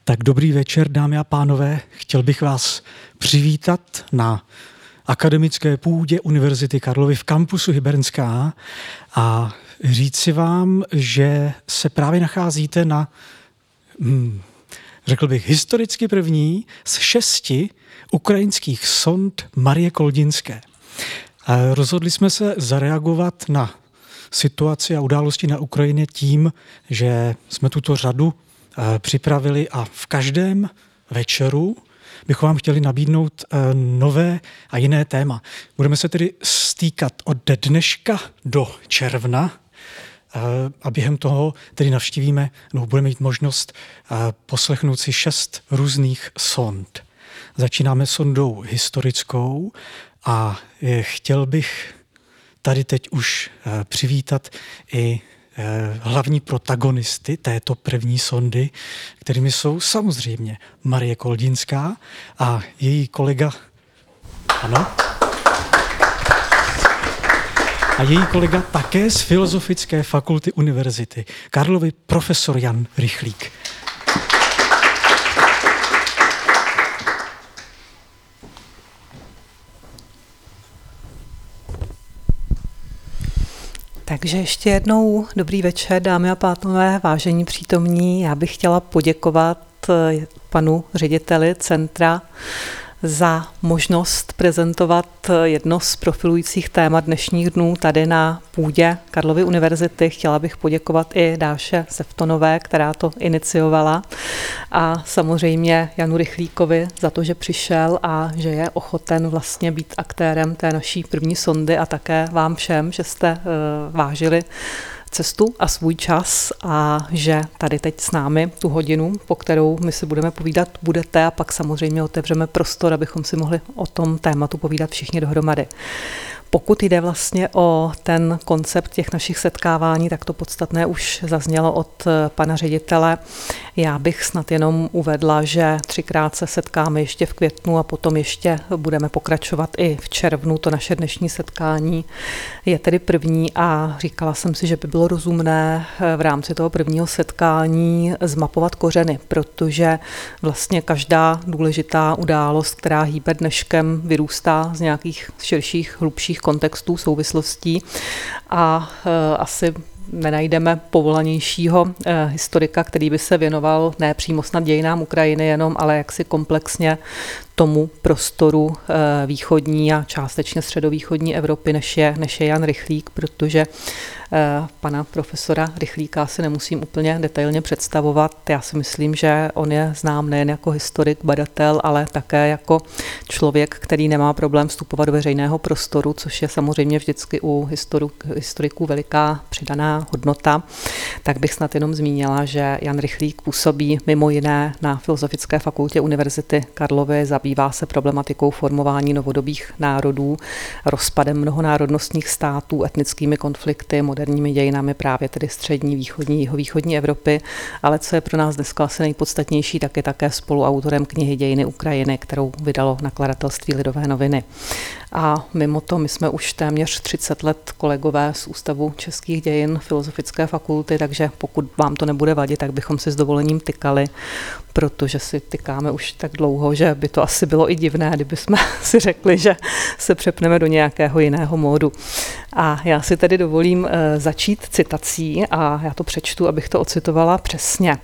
Tak dobrý večer, dámy a pánové. Chtěl bych vás přivítat na akademické půdě Univerzity Karlovy v kampusu Hybernská a říci vám, že se právě nacházíte na, řekl bych, historicky první z 6 ukrajinských sond Marie Koldinské. Rozhodli jsme se zareagovat na situaci a události na Ukrajině tím, že jsme tuto řadu připravili a v každém večeru bychom vám chtěli nabídnout nové a jiné téma. Budeme se tedy stýkat od dneška do června a během toho tedy navštívíme, no, budeme mít možnost poslechnout si 6 různých sond. Začínáme sondou historickou a chtěl bych tady teď už přivítat i hlavní protagonisty této první sondy, kterými jsou samozřejmě Marie Koldinská a její kolega, ano, a její kolega také z Filozofické fakulty Univerzity Karlovy, profesor Jan Rychlík. Takže ještě jednou dobrý večer, dámy a pánové, vážení přítomní. Já bych chtěla poděkovat panu řediteli centra za možnost prezentovat jedno z profilujících témat dnešních dnů tady na půdě Karlovy univerzity. Chtěla bych poděkovat i Dáše Seftonové, která to iniciovala, a samozřejmě Janu Rychlíkovi za to, že přišel a že je ochoten vlastně být aktérem té naší první sondy, a také vám všem, že jste vážili cestu a svůj čas a že tady teď s námi tu hodinu, po kterou my si budeme povídat, budete, a pak samozřejmě otevřeme prostor, abychom si mohli o tom tématu povídat všichni dohromady. Pokud jde vlastně o ten koncept těch našich setkávání, tak to podstatné už zaznělo od pana ředitele. Já bych snad jenom uvedla, že 3krát se setkáme ještě v květnu a potom ještě budeme pokračovat i v červnu. To naše dnešní setkání je tedy první a říkala jsem si, že by bylo rozumné v rámci toho prvního setkání zmapovat kořeny, protože vlastně každá důležitá událost, která hýbe dneškem, vyrůstá z nějakých širších, hlubších kontextů, souvislostí a asi nenajdeme povolanějšího historika, který by se věnoval ne přímo snad dějinám Ukrajiny jenom, ale jaksi komplexně tomu prostoru východní a částečně středovýchodní Evropy, než je Jan Rychlík, protože pana profesora Rychlíka si nemusím úplně detailně představovat. Já si myslím, že on je znám nejen jako historik, badatel, ale také jako člověk, který nemá problém vstupovat do veřejného prostoru, což je samozřejmě vždycky u historiků veliká přidaná hodnota. Tak bych snad jenom zmínila, že Jan Rychlík působí mimo jiné na Filozofické fakultě Univerzity Karlovy, zabývá se problematikou formování novodobých národů, rozpadem mnohonárodnostních států, etnickými konflikty, moderními dějinami právě tedy střední, východní, jihovýchodní Evropy, ale co je pro nás dneska asi nejpodstatnější, tak je také spoluautorem knihy Dějiny Ukrajiny, kterou vydalo nakladatelství Lidové noviny. A mimo to my jsme už téměř 30 let kolegové z Ústavu českých dějin Filozofické fakulty, takže pokud vám to nebude vadit, tak bychom si s dovolením tykali, protože si tykáme už tak dlouho, že by to asi bylo i divné, kdyby jsme si řekli, že se přepneme do nějakého jiného módu. A já si tedy dovolím začít citací a já to přečtu, abych to ocitovala přesně.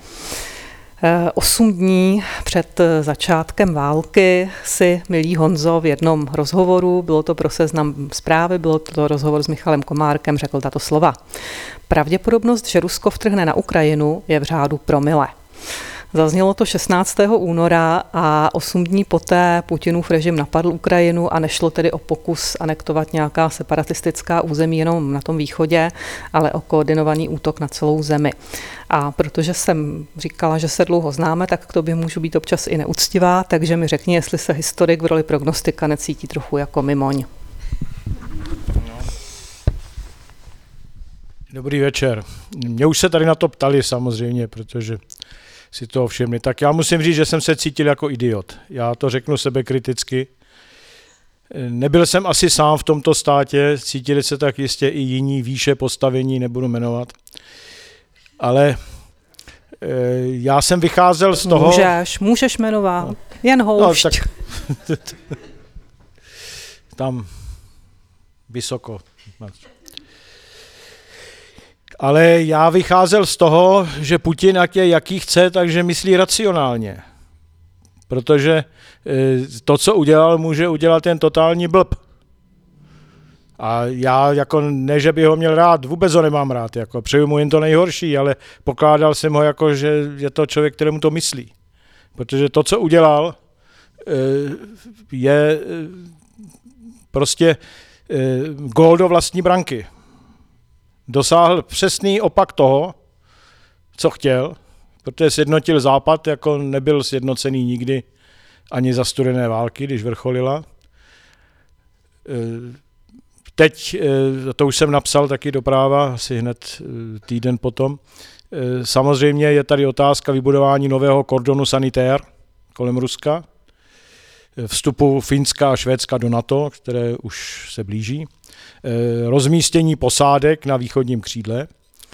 8 dní před začátkem války si, milý Honzo, v jednom rozhovoru, bylo to pro Seznam Zprávy, bylo to rozhovor s Michalem Komárkem, řekl tato slova. Pravděpodobnost, že Rusko vtrhne na Ukrajinu, je v řádu promile. Zaznělo to 16. února a 8 dní poté Putinův režim napadl Ukrajinu a nešlo tedy o pokus anektovat nějaká separatistická území jenom na tom východě, ale o koordinovaný útok na celou zemi. A protože jsem říkala, že se dlouho známe, tak k tobě můžu být občas i neúctivá, takže mi řekni, jestli se historik v roli prognostika necítí trochu jako mimoň. Dobrý večer. Mě už se tady na to ptali samozřejmě, protože si toho všimli. Tak já musím říct, že jsem se cítil jako idiot. Já to řeknu sebekriticky. Nebyl jsem asi sám v tomto státě, cítili se tak jistě i jiní výše postavení, nebudu jmenovat. Ale Já jsem vycházel z toho... Můžeš jmenovat, jen houšť. No, tak, tam vysoko. Ale já vycházel z toho, že Putin, ať je jaký chce, takže myslí racionálně. Protože to, co udělal, může udělat jen totální blb. A já jako ne, že by ho měl rád, vůbec ho nemám rád, jako přeju mu jen to nejhorší, ale pokládal jsem ho jako, že je to člověk, kterému to myslí. Protože to, co udělal, je prostě gól do vlastní branky. Dosáhl přesný opak toho, co chtěl, protože sjednotil Západ, jako nebyl sjednocený nikdy ani za studené války, když vrcholila. Teď, to už jsem napsal taky do Práva, asi hned týden potom, samozřejmě je tady otázka vybudování nového kordonu sanitér kolem Ruska, vstupu Finska a Švédska do NATO, které už se blíží, rozmístění posádek na východním křídle,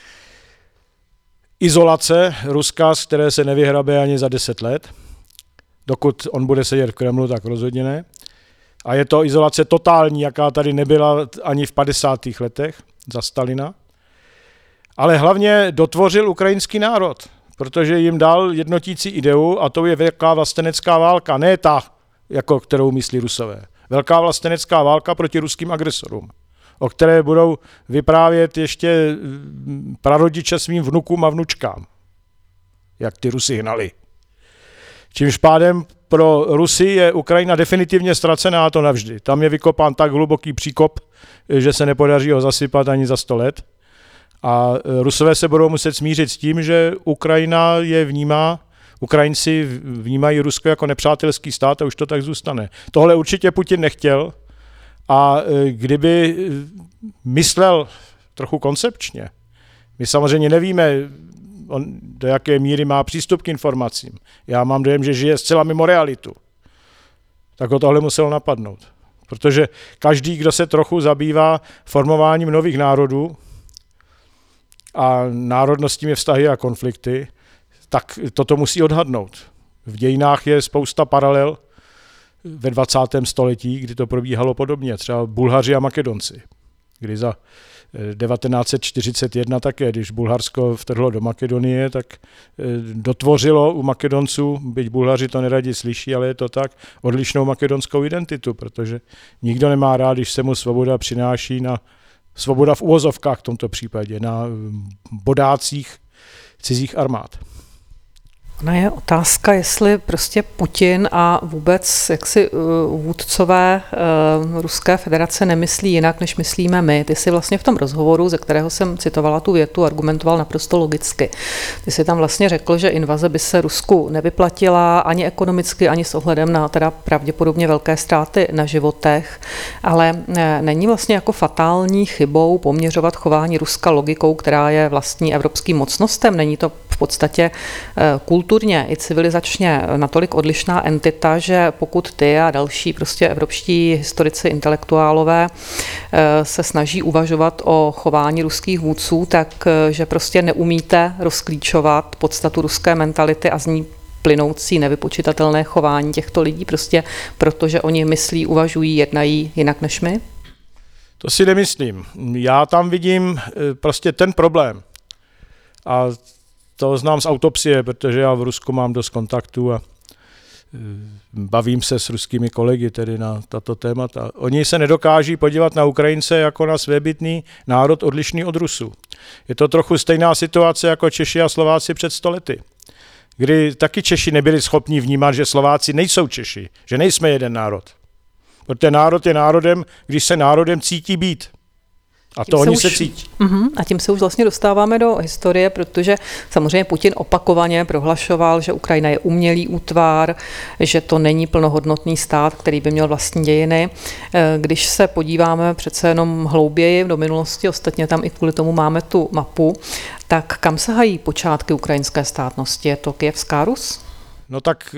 izolace Ruska, z které se nevyhrabe ani za 10 let, dokud on bude sedět v Kremlu, tak rozhodně ne. A je to izolace totální, jaká tady nebyla ani v 50. letech za Stalina. Ale hlavně dotvořil ukrajinský národ, protože jim dal jednotící ideu a to je velká vlastenecká válka, ne ta, jako kterou myslí Rusové. Velká vlastenecká válka proti ruským agresorům, o které budou vyprávět ještě prarodiče svým vnukům a vnučkám, jak ty Rusy hnali. Čímž pádem pro Rusy je Ukrajina definitivně ztracená, a to navždy. Tam je vykopán tak hluboký příkop, že se nepodaří ho zasypat ani za 100 let. A Rusové se budou muset smířit s tím, že Ukrajina je vnímá, Ukrajinci vnímají Rusko jako nepřátelský stát a už to tak zůstane. Tohle určitě Putin nechtěl a kdyby myslel trochu koncepčně, my samozřejmě nevíme, do jaké míry má přístup k informacím. Já mám dojem, že žije zcela mimo realitu. Tak ho tohle muselo napadnout. Protože každý, kdo se trochu zabývá formováním nových národů a národnostními vztahy a konflikty, tak toto musí odhadnout. V dějinách je spousta paralel ve 20. století, kdy to probíhalo podobně. Třeba Bulhaři a Makedonci, kdy za 1941 také, když Bulharsko vtrhlo do Makedonie, tak dotvořilo u Makedonců, byť Bulhaři to neradi slyší, ale je to tak, odlišnou makedonskou identitu, protože nikdo nemá rád, když se mu svoboda přináší na svoboda v uvozovkách v tomto případě, na bodácích cizích armád. Ona je otázka, jestli prostě Putin a vůbec jaksi vůdcové Ruské federace nemyslí jinak, než myslíme my. Ty jsi vlastně v tom rozhovoru, ze kterého jsem citovala tu větu, argumentoval naprosto logicky. Ty jsi tam vlastně řekl, že invaze by se Rusku nevyplatila ani ekonomicky, ani s ohledem na teda pravděpodobně velké ztráty na životech, ale není vlastně jako fatální chybou poměřovat chování Ruska logikou, která je vlastní evropským mocnostem. Není to v podstatě kulturně i civilizačně natolik odlišná entita, že pokud ty a další prostě evropští historici, intelektuálové se snaží uvažovat o chování ruských vůdců, tak že prostě neumíte rozklíčovat podstatu ruské mentality a z ní plynoucí nevypočitatelné chování těchto lidí, prostě protože oni myslí, uvažují, jednají jinak než my? To si nemyslím. Já tam vidím prostě ten problém. A to znám z autopsie, protože já v Rusku mám dost kontaktů a bavím se s ruskými kolegy tedy na tato témata. Oni se nedokáží podívat na Ukrajince jako na svébytný národ odlišný od Rusů. Je to trochu stejná situace jako Češi a Slováci před 100 lety, kdy taky Češi nebyli schopni vnímat, že Slováci nejsou Češi, že nejsme jeden národ. Protože národ je národem, když se národem cítí být. A to oni se cítí. A tím se už vlastně dostáváme do historie, protože samozřejmě Putin opakovaně prohlašoval, že Ukrajina je umělý útvar, že to není plnohodnotný stát, který by měl vlastní dějiny. Když se podíváme přece jenom hlouběji do minulosti, ostatně tam i kvůli tomu máme tu mapu, tak kam sahají počátky ukrajinské státnosti? Je to Kyjevská Rus? No tak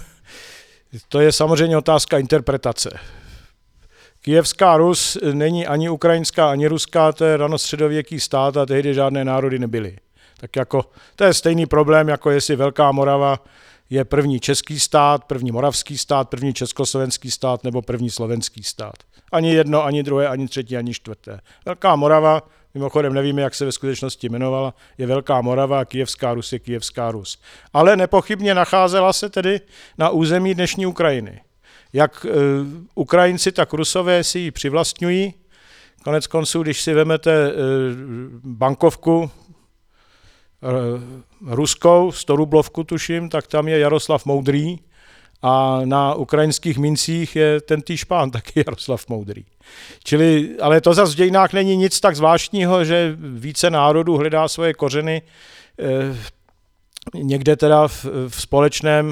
to je samozřejmě otázka interpretace. Kyjevská Rus není ani ukrajinská, ani ruská, to je ranostředověký stát a tehdy žádné národy nebyly. Tak jako, to je stejný problém, jako jestli Velká Morava je první český stát, první moravský stát, první československý stát nebo první slovenský stát. Ani jedno, ani druhé, ani třetí, ani čtvrté. Velká Morava, mimochodem nevíme, jak se ve skutečnosti jmenovala, je Velká Morava a Kyjevská Rus je Kyjevská Rus. Ale nepochybně nacházela se tedy na území dnešní Ukrajiny. Jak Ukrajinci, tak Rusové si ji přivlastňují. Konec konců, když si vemete bankovku ruskou, 100 rublovku tuším, tak tam je Jaroslav Moudrý a na ukrajinských mincích je ten týž pán, taky Jaroslav Moudrý. Čili, ale to zase v dějinách není nic tak zvláštního, že více národů hledá svoje kořeny někde teda v společném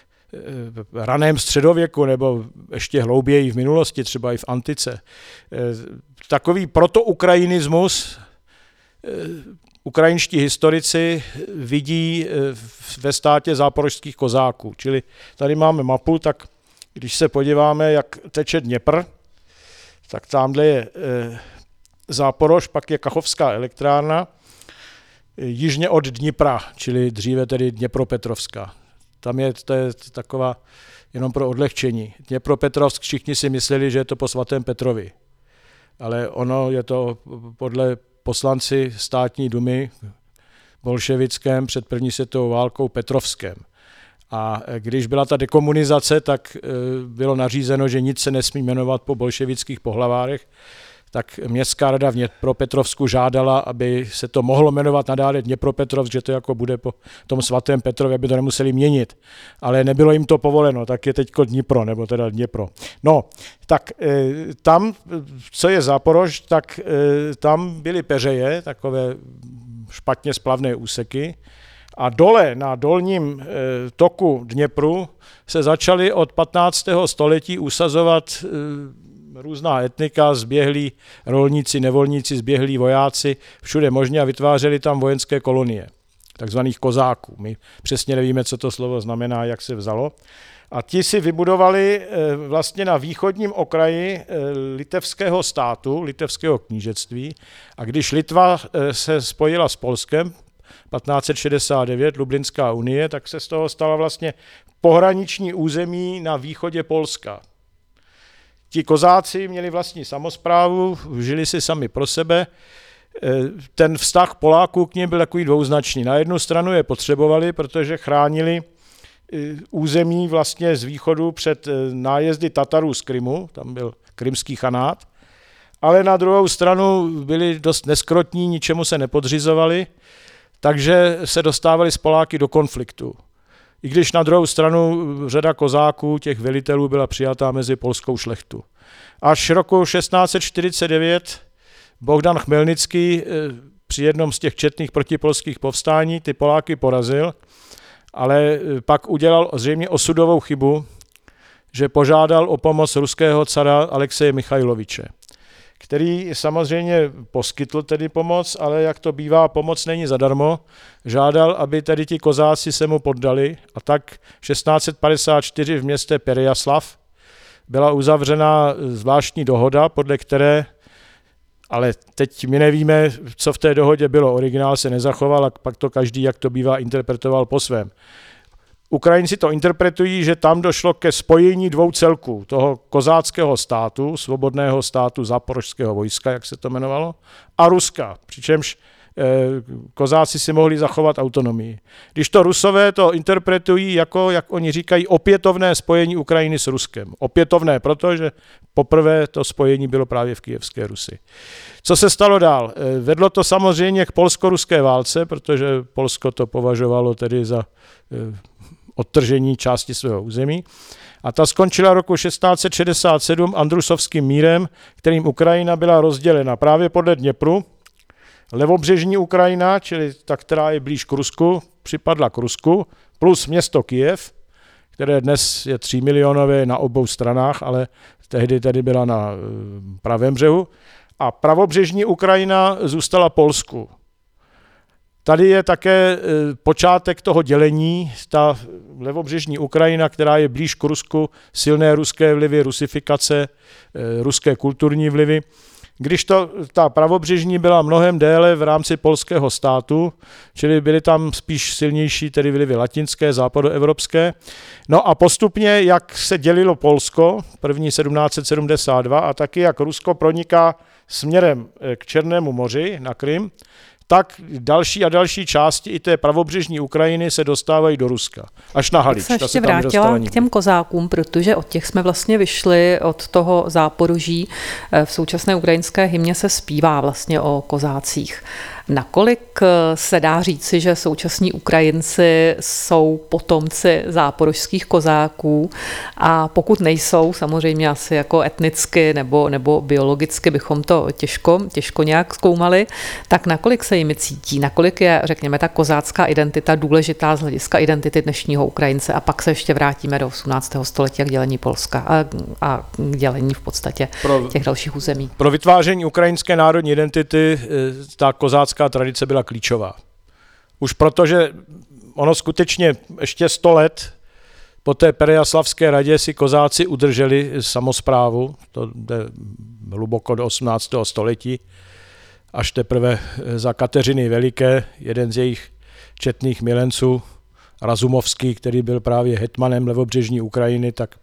raném středověku nebo ještě hlouběji v minulosti, třeba i v antice. Takový protoukrajinismus ukrajinští historici vidí ve státě záporožských kozáků. Čili tady máme mapu, tak když se podíváme, jak teče Dněpr, tak tamhle je Záporož, pak je Kachovská elektrárna, jižně od Dnipra, čili dříve tedy Dněpropetrovská. To je taková jenom pro odlehčení. Dněpropetrovsk, všichni si mysleli, že je to po svatém Petrovi. Ale ono je to podle poslanci státní dumy bolševickém před první světovou válkou Petrovském. A když byla ta dekomunizace, tak bylo nařízeno, že nic se nesmí jmenovat po bolševických pohlavárech, tak městská rada v Dněpropetrovsku žádala, aby se to mohlo jmenovat nadále Dněpropetrovsk, že to jako bude po tom svatém Petrovi, aby to nemuseli měnit. Ale nebylo jim to povoleno, tak je teďko Dnipro, nebo teda Dněpro. No, tak tam, co je Záporož, tak tam byly peřeje, takové špatně splavné úseky, a dole na dolním toku Dněpru se začaly od 15. století usazovat různá etnika, zběhlí rolníci, nevolníci, zběhlí vojáci, všude možně a vytvářeli tam vojenské kolonie, takzvaných kozáků. My přesně nevíme, co to slovo znamená, jak se vzalo. A ti si vybudovali vlastně na východním okraji litevského státu, litevského knížectví. A když Litva se spojila s Polskem 1569, Lublinská unie, tak se z toho stala vlastně pohraniční území na východě Polska. Ti kozáci měli vlastní samosprávu, žili si sami pro sebe. Ten vztah Poláků k nim byl takový dvouznačný. Na jednu stranu je potřebovali, protože chránili území vlastně z východu před nájezdy Tatarů z Krymu, tam byl krymský chanát, ale na druhou stranu byli dost neskrotní, ničemu se nepodřizovali, takže se dostávali s Poláky do konfliktu. I když na druhou stranu řada kozáků, těch velitelů, byla přijatá mezi polskou šlechtu. Až roku 1649 Bohdan Chmelnický při jednom z těch četných protipolských povstání ty Poláky porazil, ale pak udělal zřejmě osudovou chybu, že požádal o pomoc ruského cara Alexeje Michajloviče, který samozřejmě poskytl tedy pomoc, ale jak to bývá, pomoc není zadarmo. Žádal, aby tedy ti kozáci se mu poddali a tak 1654 v městě Perejaslav byla uzavřena zvláštní dohoda, podle které, ale teď my nevíme, co v té dohodě bylo, originál se nezachoval a pak to každý, jak to bývá, interpretoval po svém. Ukrajinci to interpretují, že tam došlo ke spojení dvou celků, toho kozáckého státu, svobodného státu záporožského vojska, jak se to jmenovalo, a Ruska, přičemž kozáci si mohli zachovat autonomii. Když to Rusové to interpretují jako, jak oni říkají, opětovné spojení Ukrajiny s Ruskem. Opětovné, protože poprvé to spojení bylo právě v Kyjevské Rusi. Co se stalo dál? Vedlo to samozřejmě k polsko-ruské válce, protože Polsko to považovalo tedy za odtržení části svého území. A ta skončila roku 1667 Andrusovským mírem, kterým Ukrajina byla rozdělena právě podle Dněpru. Levobřežní Ukrajina, čili ta, která je blíž k Rusku, připadla k Rusku, plus město Kyjev, které dnes je 3 milionové na obou stranách, ale tehdy tady byla na pravém břehu. A pravobřežní Ukrajina zůstala Polsku. Tady je také počátek toho dělení, ta levobřežní Ukrajina, která je blíž k Rusku, silné ruské vlivy, rusifikace, ruské kulturní vlivy, když ta pravobřežní byla mnohem déle v rámci polského státu, čili byly tam spíš silnější tedy vlivy latinské, západoevropské. No a postupně, jak se dělilo Polsko, první 1772, a taky jak Rusko proniká směrem k Černému moři na Krym, tak další a další části i té pravobřežní Ukrajiny se dostávají do Ruska. Až na Halič. Tak se ještě vrátila k těm kozákům, protože od těch jsme vlastně vyšli, od toho Záporoží. V současné ukrajinské hymně se zpívá vlastně o kozácích. Nakolik se dá říci, že současní Ukrajinci jsou potomci záporožských kozáků, a pokud nejsou, samozřejmě asi jako etnicky nebo biologicky bychom to těžko nějak zkoumali, tak nakolik se jimi cítí, nakolik je, řekněme, ta kozácká identita důležitá z hlediska identity dnešního Ukrajince, a pak se ještě vrátíme do 18. století a k dělení Polska a k dělení v podstatě těch dalších území. Pro vytváření ukrajinské národní identity ta kozácká tradice byla klíčová. Už protože ono skutečně ještě 100 let po té Perejaslavské radě si kozáci udrželi samosprávu, to jde hluboko do 18. století, až teprve za Kateřiny Veliké, jeden z jejich četných milenců, Razumovský, který byl právě hetmanem levobřežní Ukrajiny, tak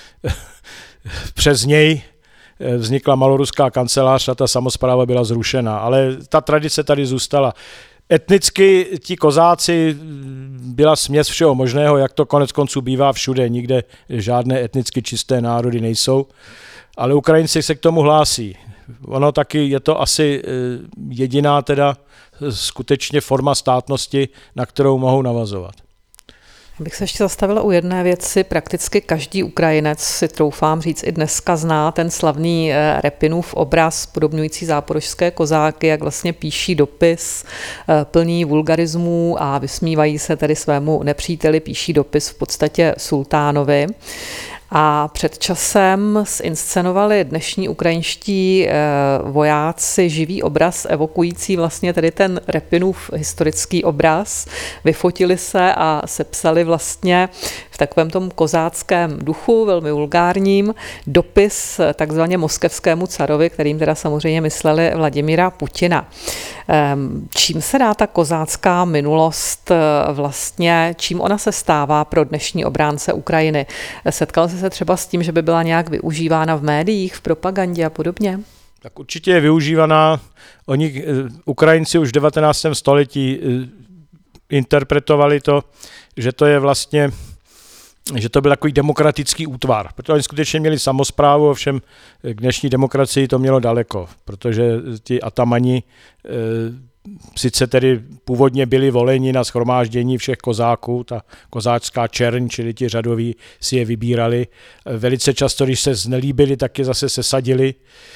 přes něj vznikla maloruská kancelář a ta samospráva byla zrušena, ale ta tradice tady zůstala. Etnicky ti kozáci byla směs všeho možného, jak to konec konců bývá všude, nikde žádné etnicky čisté národy nejsou, ale Ukrajinci se k tomu hlásí. Ono taky je to asi jediná teda skutečně forma státnosti, na kterou mohou navazovat. Bych se ještě zastavila u jedné věci. Prakticky každý Ukrajinec, si troufám říct, i dneska zná ten slavný Repinův obraz podobňující záporožské kozáky, jak vlastně píší dopis plný vulgarismů a vysmívají se tedy svému nepříteli, píší dopis v podstatě sultánovi. A před časem zinscenovali dnešní ukrajinští vojáci živý obraz evokující vlastně tedy ten Repinův historický obraz. Vyfotili se a sepsali vlastně v takovém tom kozáckém duchu, velmi vulgárním, dopis takzvaně moskevskému carovi, kterým teda samozřejmě mysleli Vladimíra Putina. Čím se dá ta kozácká minulost vlastně, čím ona se stává pro dnešní obránce Ukrajiny? Setkal jsi se třeba s tím, že by byla nějak využívána v médiích, v propagandě a podobně? Tak určitě je využívaná. Oni, Ukrajinci, už v 19. století interpretovali to, že to je vlastně, že to byl takový demokratický útvar. Protože oni skutečně měli samosprávu, ovšem k dnešní demokracii to mělo daleko, protože ti atamani sice tedy původně byli voleni na shromáždění všech kozáků, ta kozáčská čerň, čili ti řadoví si je vybírali. Velice často, když se znelíbili, tak je zase sesadili.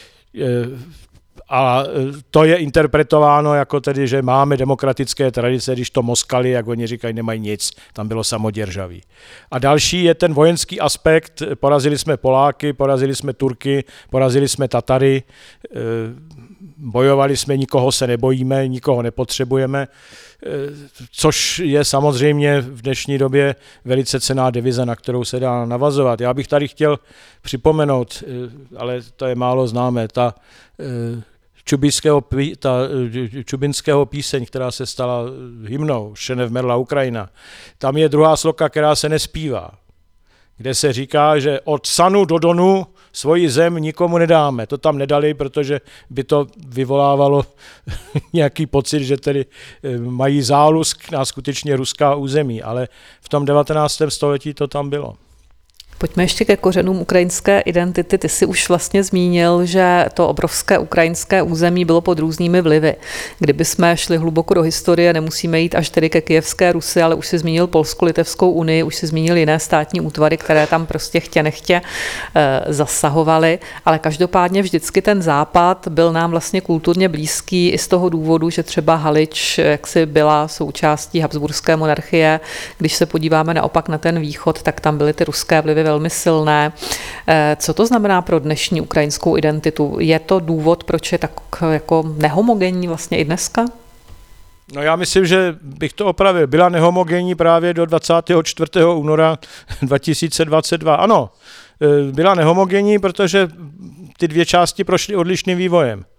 A to je interpretováno jako tedy, že máme demokratické tradice, když to Moskali, jak oni říkají, nemají nic, tam bylo samoděržaví. A další je ten vojenský aspekt, porazili jsme Poláky, porazili jsme Turky, porazili jsme Tatary, bojovali jsme, nikoho se nebojíme, nikoho nepotřebujeme, což je samozřejmě v dnešní době velice cenná devize, na kterou se dá navazovat. Já bych tady chtěl připomenout, ale to je málo známé, ta Čubinského píseň, která se stala hymnou, Šenev merla Ukrajina. Tam je druhá sloka, která se nespívá, kde se říká, že od Sanu do Donu svoji zem nikomu nedáme. To tam nedali, protože by to vyvolávalo nějaký pocit, že tedy mají zálusk na skutečně ruská území, ale v tom 19. století to tam bylo. Pojďme ještě ke kořenům ukrajinské identity. Ty jsi už vlastně zmínil, že to obrovské ukrajinské území bylo pod různými vlivy. Kdyby jsme šli hluboko do historie, nemusíme jít až tedy ke Kyjevské Rusi, ale už si zmínil Polsko-Litevskou unii, už si zmínil jiné státní útvary, které tam prostě chtě nechtě zasahovaly, ale každopádně vždycky ten západ byl nám vlastně kulturně blízký i z toho důvodu, že třeba Halič jaksi byla součástí habsburské monarchie. Když se podíváme naopak na ten východ, tak tam byly ty ruské vlivy velmi silné. Co to znamená pro dnešní ukrajinskou identitu? Je to důvod, proč je tak jako nehomogenní vlastně i dneska? No já myslím, že bych to opravil. Byla nehomogenní právě do 24. února 2022. Ano, byla nehomogenní, protože ty dvě části prošly odlišným vývojem.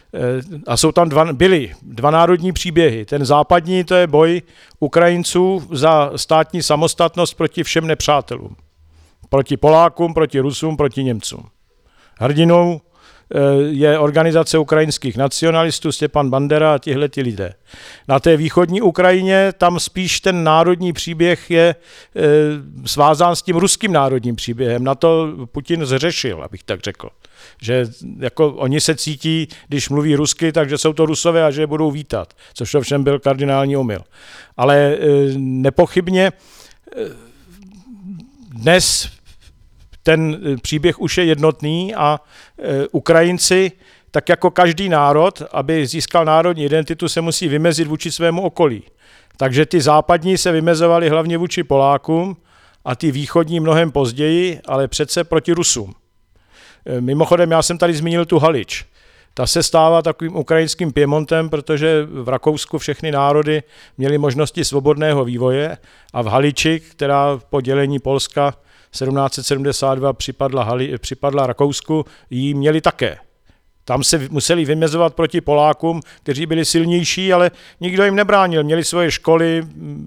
A jsou tam byly dva národní příběhy. Ten západní, to je boj Ukrajinců za státní samostatnost proti všem nepřátelům. Proti Polákům, proti Rusům, proti Němcům. Hrdinou je organizace ukrajinských nacionalistů, Stepan Bandera a tihleti lidé. Na té východní Ukrajině tam spíš ten národní příběh je svázán s tím ruským národním příběhem. Na to Putin zřešil, abych tak řekl. Že jako oni se cítí, když mluví rusky, takže jsou to Rusové a že je budou vítat, což to všem byl kardinální omyl. Ale nepochybně dnes ten příběh už je jednotný a Ukrajinci, tak jako každý národ, aby získal národní identitu, se musí vymezit vůči svému okolí. Takže ty západní se vymezovali hlavně vůči Polákům a ty východní mnohem později, ale přece proti Rusům. Mimochodem, já jsem tady zmínil tu Halič. Ta se stává takovým ukrajinským Piemontem, protože v Rakousku všechny národy měly možnosti svobodného vývoje a v Haliči, která po dělení Polska 1772 připadla Rakousku, ji měli také. Tam se museli vymezovat proti Polákům, kteří byli silnější, ale nikdo jim nebránil. Měli svoje školy,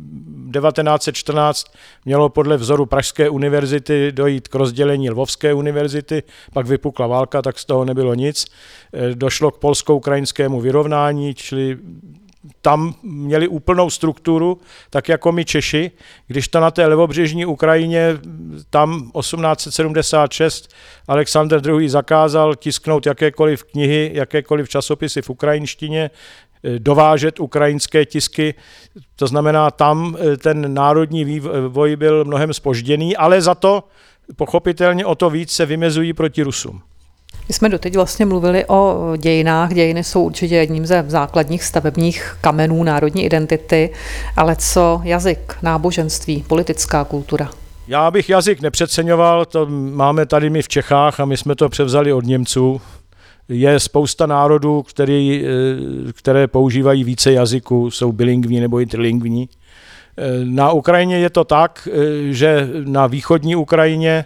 1914 mělo podle vzoru Pražské univerzity dojít k rozdělení Lvovské univerzity, pak vypukla válka, tak z toho nebylo nic. Došlo k polsko-ukrajinskému vyrovnání, čili tam měli úplnou strukturu, tak jako my Češi, když to na té levobřežní Ukrajině, tam 1876 Alexandr II. Zakázal tisknout jakékoliv knihy, jakékoliv časopisy v ukrajinštině, dovážet ukrajinské tisky, to znamená, tam ten národní vývoj byl mnohem zpožděný, ale za to pochopitelně o to víc se vymezují proti Rusům. My jsme doteď vlastně mluvili o dějinách. Dějiny jsou určitě jedním ze základních stavebních kamenů národní identity, ale co jazyk, náboženství, politická kultura? Já bych jazyk nepřeceňoval, to máme tady my v Čechách a my jsme to převzali od Němců. Je spousta národů, které používají více jazyků, jsou bilingvní nebo i trilingvní. Na Ukrajině je to tak, že na východní Ukrajině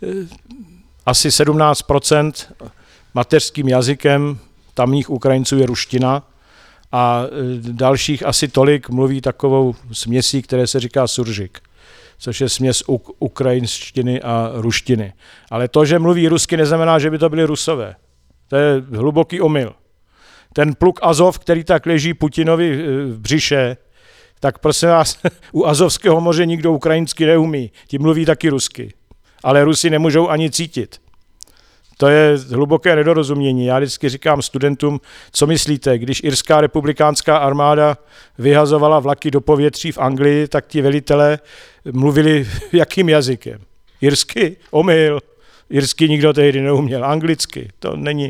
asi 17% mateřským jazykem tamních Ukrajinců je ruština a dalších asi tolik mluví takovou směsí, které se říká suržik, což je směs ukrajinštiny a ruštiny. Ale to, že mluví rusky, neznamená, že by to byli Rusové. To je hluboký omyl. Ten pluk Azov, který tak leží Putinovi v břiše, tak prosím vás, u Azovského moře nikdo ukrajinsky neumí. Ti mluví taky rusky. Ale Rusi nemůžou ani cítit. To je hluboké nedorozumění. Já vždycky říkám studentům, co myslíte, když irská republikánská armáda vyhazovala vlaky do povětří v Anglii, tak ti velitelé mluvili jakým jazykem? Irsky? Omyl. Irsky nikdo tehdy neuměl. Anglicky. To není.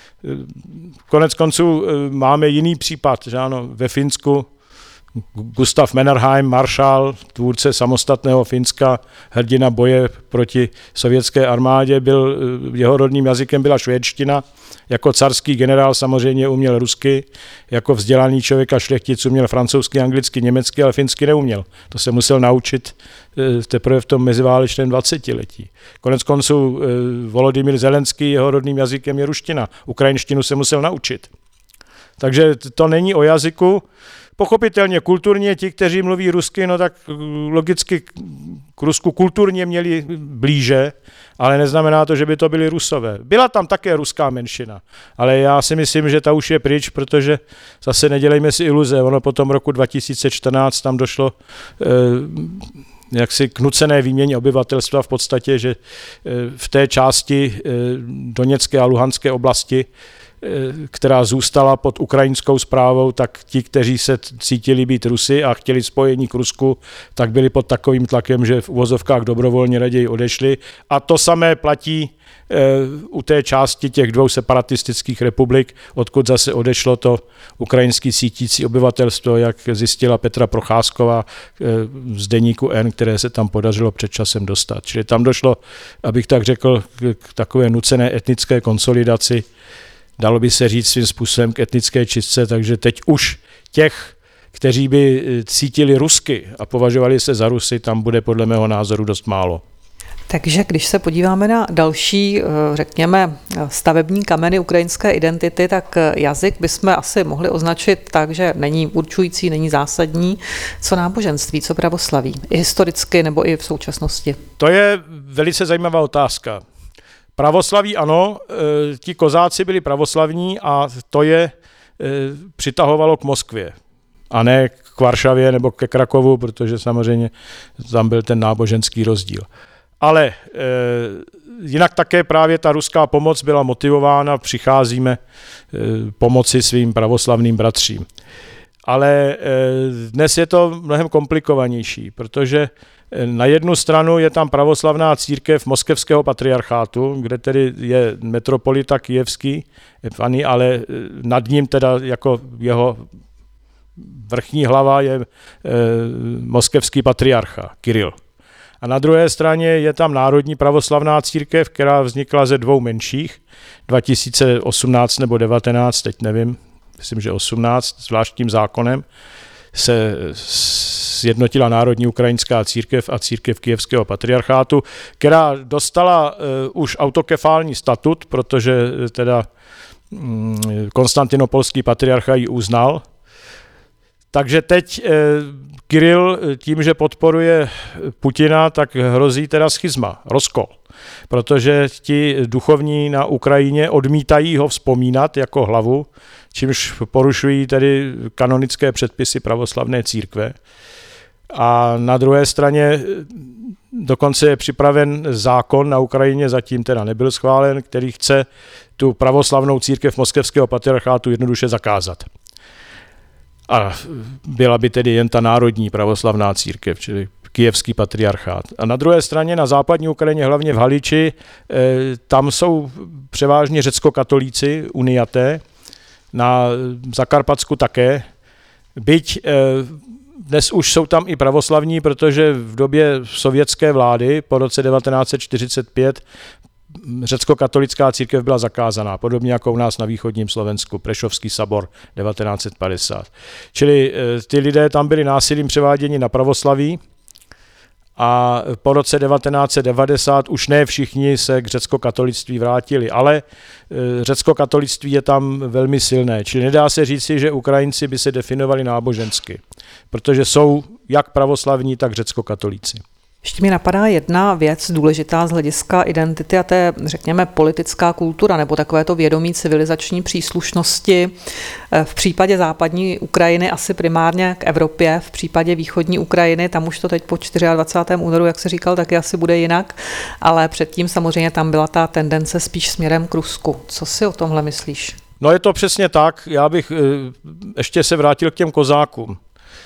Konec konců máme jiný případ, že ano, ve Finsku Gustav Mannerheim, maršál, tvůrce samostatného Finska, hrdina boje proti sovětské armádě, jeho rodným jazykem byla švédština. Jako carský generál samozřejmě uměl rusky, jako vzdělaný člověk a šlechtic uměl francouzsky, anglicky, německy, ale finsky neuměl. To se musel naučit teprve v tom meziválečném 20letí. Konec konců Volodymyr Zelenský, jeho rodným jazykem je ruština. Ukrajinštinu se musel naučit. Takže to není o jazyku. Pochopitelně kulturně ti, kteří mluví rusky, no tak logicky k Rusku kulturně měli blíže, ale neznamená to, že by to byli Rusové. Byla tam také ruská menšina, ale já si myslím, že ta už je pryč, protože zase nedělejme si iluze. Ono po tom roku 2014 tam došlo jaksi k nucené výměně obyvatelstva v podstatě, že v té části Doněcké a Luhanské oblasti, která zůstala pod ukrajinskou správou, tak ti, kteří se cítili být Rusy a chtěli spojení k Rusku, tak byli pod takovým tlakem, že v uvozovkách dobrovolně raději odešli. A to samé platí u té části těch dvou separatistických republik, odkud zase odešlo to ukrajinský cítící obyvatelstvo, jak zjistila Petra Procházková z deníku N, které se tam podařilo před časem dostat. Čili tam došlo, abych tak řekl, k takové nucené etnické konsolidaci, dalo by se říct svým způsobem k etnické čistce, takže teď už těch, kteří by cítili rusky a považovali se za Rusy, tam bude podle mého názoru dost málo. Takže když se podíváme na další, řekněme, stavební kameny ukrajinské identity, tak jazyk bychom asi mohli označit tak, že není určující, není zásadní. Co náboženství, co pravoslaví? I historicky nebo i v současnosti? To je velice zajímavá otázka. Pravoslaví ano, ti kozáci byli pravoslavní a to je přitahovalo k Moskvě. A ne k Varšavě nebo ke Krakovu, protože samozřejmě tam byl ten náboženský rozdíl. Ale jinak také právě ta ruská pomoc byla motivována, přicházíme pomoci svým pravoslavným bratřím. Ale dnes je to mnohem komplikovanější, protože na jednu stranu je tam pravoslavná církev moskevského patriarchátu, kde tedy je metropolita kyjevský, ale nad ním teda jako jeho vrchní hlava je moskevský patriarcha Kiril. A na druhé straně je tam Národní pravoslavná církev, která vznikla ze dvou menších, 2018 nebo 19, teď nevím, myslím, že 18, zvláštním zákonem se sjednotila Národní ukrajinská církev a církev kyjevského patriarchátu, která dostala už autokefální statut, protože teda konstantinopolský patriarcha ji uznal. Takže teď Kiril tím, že podporuje Putina, tak hrozí teda schizma, rozkol. Protože ti duchovní na Ukrajině odmítají ho vzpomínat jako hlavu, čímž porušují tedy kanonické předpisy pravoslavné církve. A na druhé straně dokonce je připraven zákon na Ukrajině, zatím teda nebyl schválen, který chce tu pravoslavnou církev moskevského patriarchátu jednoduše zakázat. A byla by tedy jen ta národní pravoslavná církev, čili kyjevský patriarchát. A na druhé straně na západní Ukrajině, hlavně v Haliči, tam jsou převážně řeckokatolíci, uniaté, na Zakarpatsku také, byť dnes už jsou tam i pravoslavní, protože v době sovětské vlády po roce 1945 řeckokatolická církev byla zakázaná, podobně jako u nás na východním Slovensku, Prešovský sabor 1950. Čili ty lidé tam byli násilím převáděni na pravoslaví a po roce 1990 už ne všichni se k řeckokatolictví vrátili, ale řeckokatolictví je tam velmi silné, čili nedá se říci, že Ukrajinci by se definovali nábožensky, protože jsou jak pravoslavní, tak řeckokatolíci. Ještě mi napadá jedna věc důležitá z hlediska identity a to je, řekněme, politická kultura nebo takovéto vědomí civilizační příslušnosti. V případě západní Ukrajiny asi primárně k Evropě, v případě východní Ukrajiny, tam už to teď po 24. únoru, jak se říkal, taky asi bude jinak, ale předtím samozřejmě tam byla ta tendence spíš směrem k Rusku. Co si o tomhle myslíš? No je to přesně tak, já bych ještě se vrátil k těm kozákům.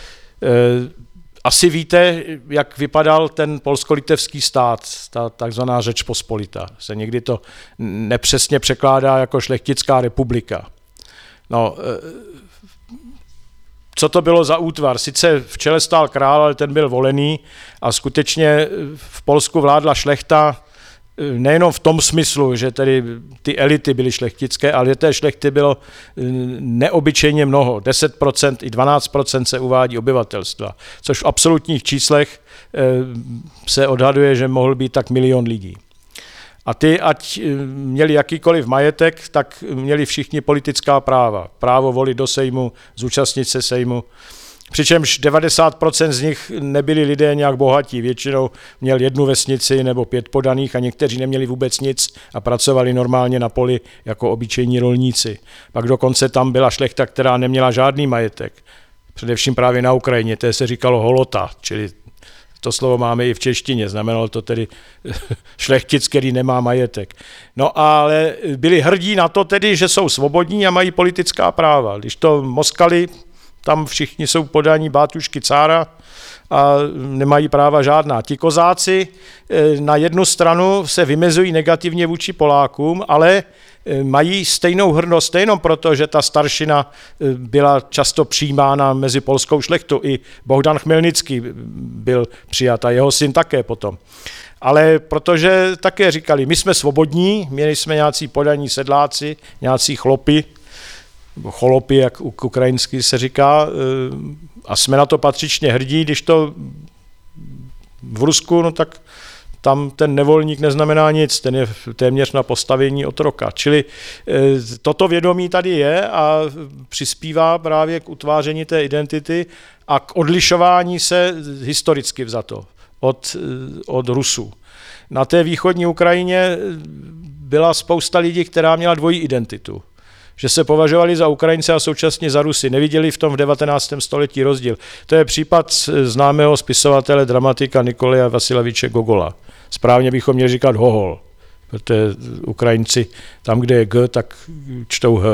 Asi víte, jak vypadal ten polsko-litevský stát, ta takzvaná Řečpospolita. Se někdy to nepřesně překládá jako šlechtická republika. No, co to bylo za útvar? Sice v čele stál král, ale ten byl volený a skutečně v Polsku vládla šlechta nejenom v tom smyslu, že tedy ty elity byly šlechtické, ale té šlechty bylo neobyčejně mnoho. 10% i 12% se uvádí obyvatelstva, což v absolutních číslech se odhaduje, že mohl být tak 1 000 000 lidí. A ty, ať měli jakýkoliv majetek, tak měli všichni politická práva. Právo volit do Sejmu, zúčastnit se Sejmu. Přičemž 90% z nich nebyli lidé nějak bohatí. Většinou měl 1 vesnici nebo 5 poddaných a někteří neměli vůbec nic a pracovali normálně na poli jako obyčejní rolníci. Pak dokonce tam byla šlechta, která neměla žádný majetek. Především právě na Ukrajině, té se říkalo holota, čili to slovo máme i v češtině, znamenalo to tedy šlechtic, který nemá majetek. No ale byli hrdí na to tedy, že jsou svobodní a mají politická práva. Když to Moskali, tam všichni jsou podaní bátušky cára a nemají práva žádná. Ti kozáci na jednu stranu se vymezují negativně vůči Polákům, ale mají stejnou hrdost, nejenom proto, že ta staršina byla často přijímána mezi polskou šlechtou. I Bohdan Chmelnický byl přijat a jeho syn také potom. Ale protože také říkali, my jsme svobodní, měli jsme nějací podaní sedláci, nějací chlopy, cholopy, jak ukrajinsky se říká, a jsme na to patřičně hrdí, když to v Rusku, no tak tam ten nevolník neznamená nic, ten je téměř na postavení otroka. Čili toto vědomí tady je a přispívá právě k utváření té identity a k odlišování se historicky vzato od Rusů. Na té východní Ukrajině byla spousta lidí, která měla dvojí identitu. Že se považovali za Ukrajince a současně za Rusy. Neviděli v tom v 19. století rozdíl. To je případ známého spisovatele, dramatika Nikolaje Vasileviče Gogola. Správně bychom měli říkat Hohol, protože Ukrajinci tam, kde je G, tak čtou H.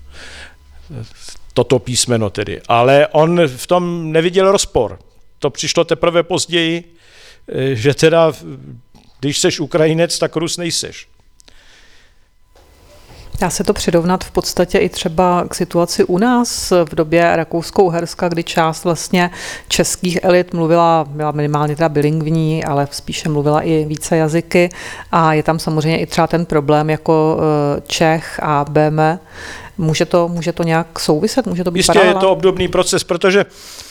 Toto písmeno tedy. Ale on v tom neviděl rozpor. To přišlo teprve později, že teda, když seš Ukrajinec, tak Rus nejseš. Dá se to přirovnat v podstatě i třeba k situaci u nás v době Rakousko-Uherska, kdy část vlastně českých elit byla minimálně teda bilingvní, ale spíše mluvila i více jazyky a je tam samozřejmě i třeba ten problém jako Čech a BM. Může to nějak souviset? Může to být jistě paralela? Je to obdobný proces, protože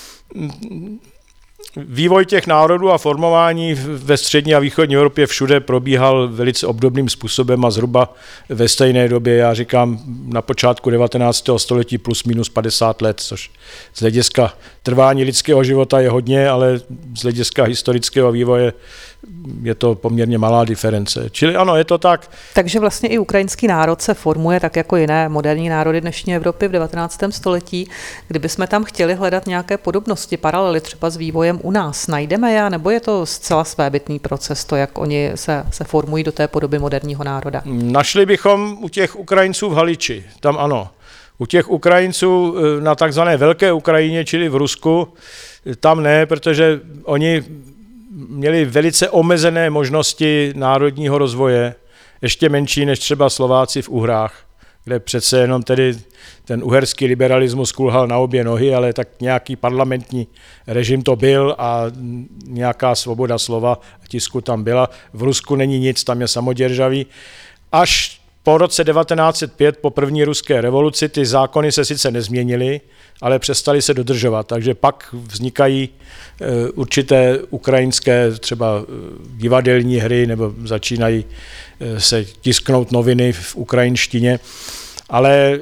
vývoj těch národů a formování ve střední a východní Evropě všude probíhal velice obdobným způsobem a zhruba ve stejné době, já říkám na počátku 19. století plus minus 50 let, což z hlediska trvání lidského života je hodně, ale z hlediska historického vývoje je to poměrně malá diference. Čili ano, je to tak. Takže vlastně i ukrajinský národ se formuje tak jako jiné moderní národy dnešní Evropy v 19. století. Kdybychom tam chtěli hledat nějaké podobnosti, paralely třeba s vývojem u nás, najdeme je, nebo je to zcela svébytný proces, to, jak oni se formují do té podoby moderního národa? Našli bychom u těch Ukrajinců v Haliči, tam ano. U těch Ukrajinců na takzvané Velké Ukrajině, čili v Rusku, tam ne, protože oni měli velice omezené možnosti národního rozvoje, ještě menší než třeba Slováci v Uhrách, kde přece jenom tedy ten uherský liberalismus kulhal na obě nohy, ale tak nějaký parlamentní režim to byl a nějaká svoboda slova a tisku tam byla. V Rusku není nic, tam je samoděržavý. Až po roce 1905, po první ruské revoluci, ty zákony se sice nezměnily, ale přestaly se dodržovat. Takže pak vznikají určité ukrajinské třeba divadelní hry nebo začínají se tisknout noviny v ukrajinštině. Ale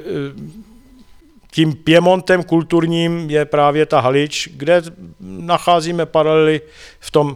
tím Piemontem kulturním je právě ta Halič, kde nacházíme paralely v tom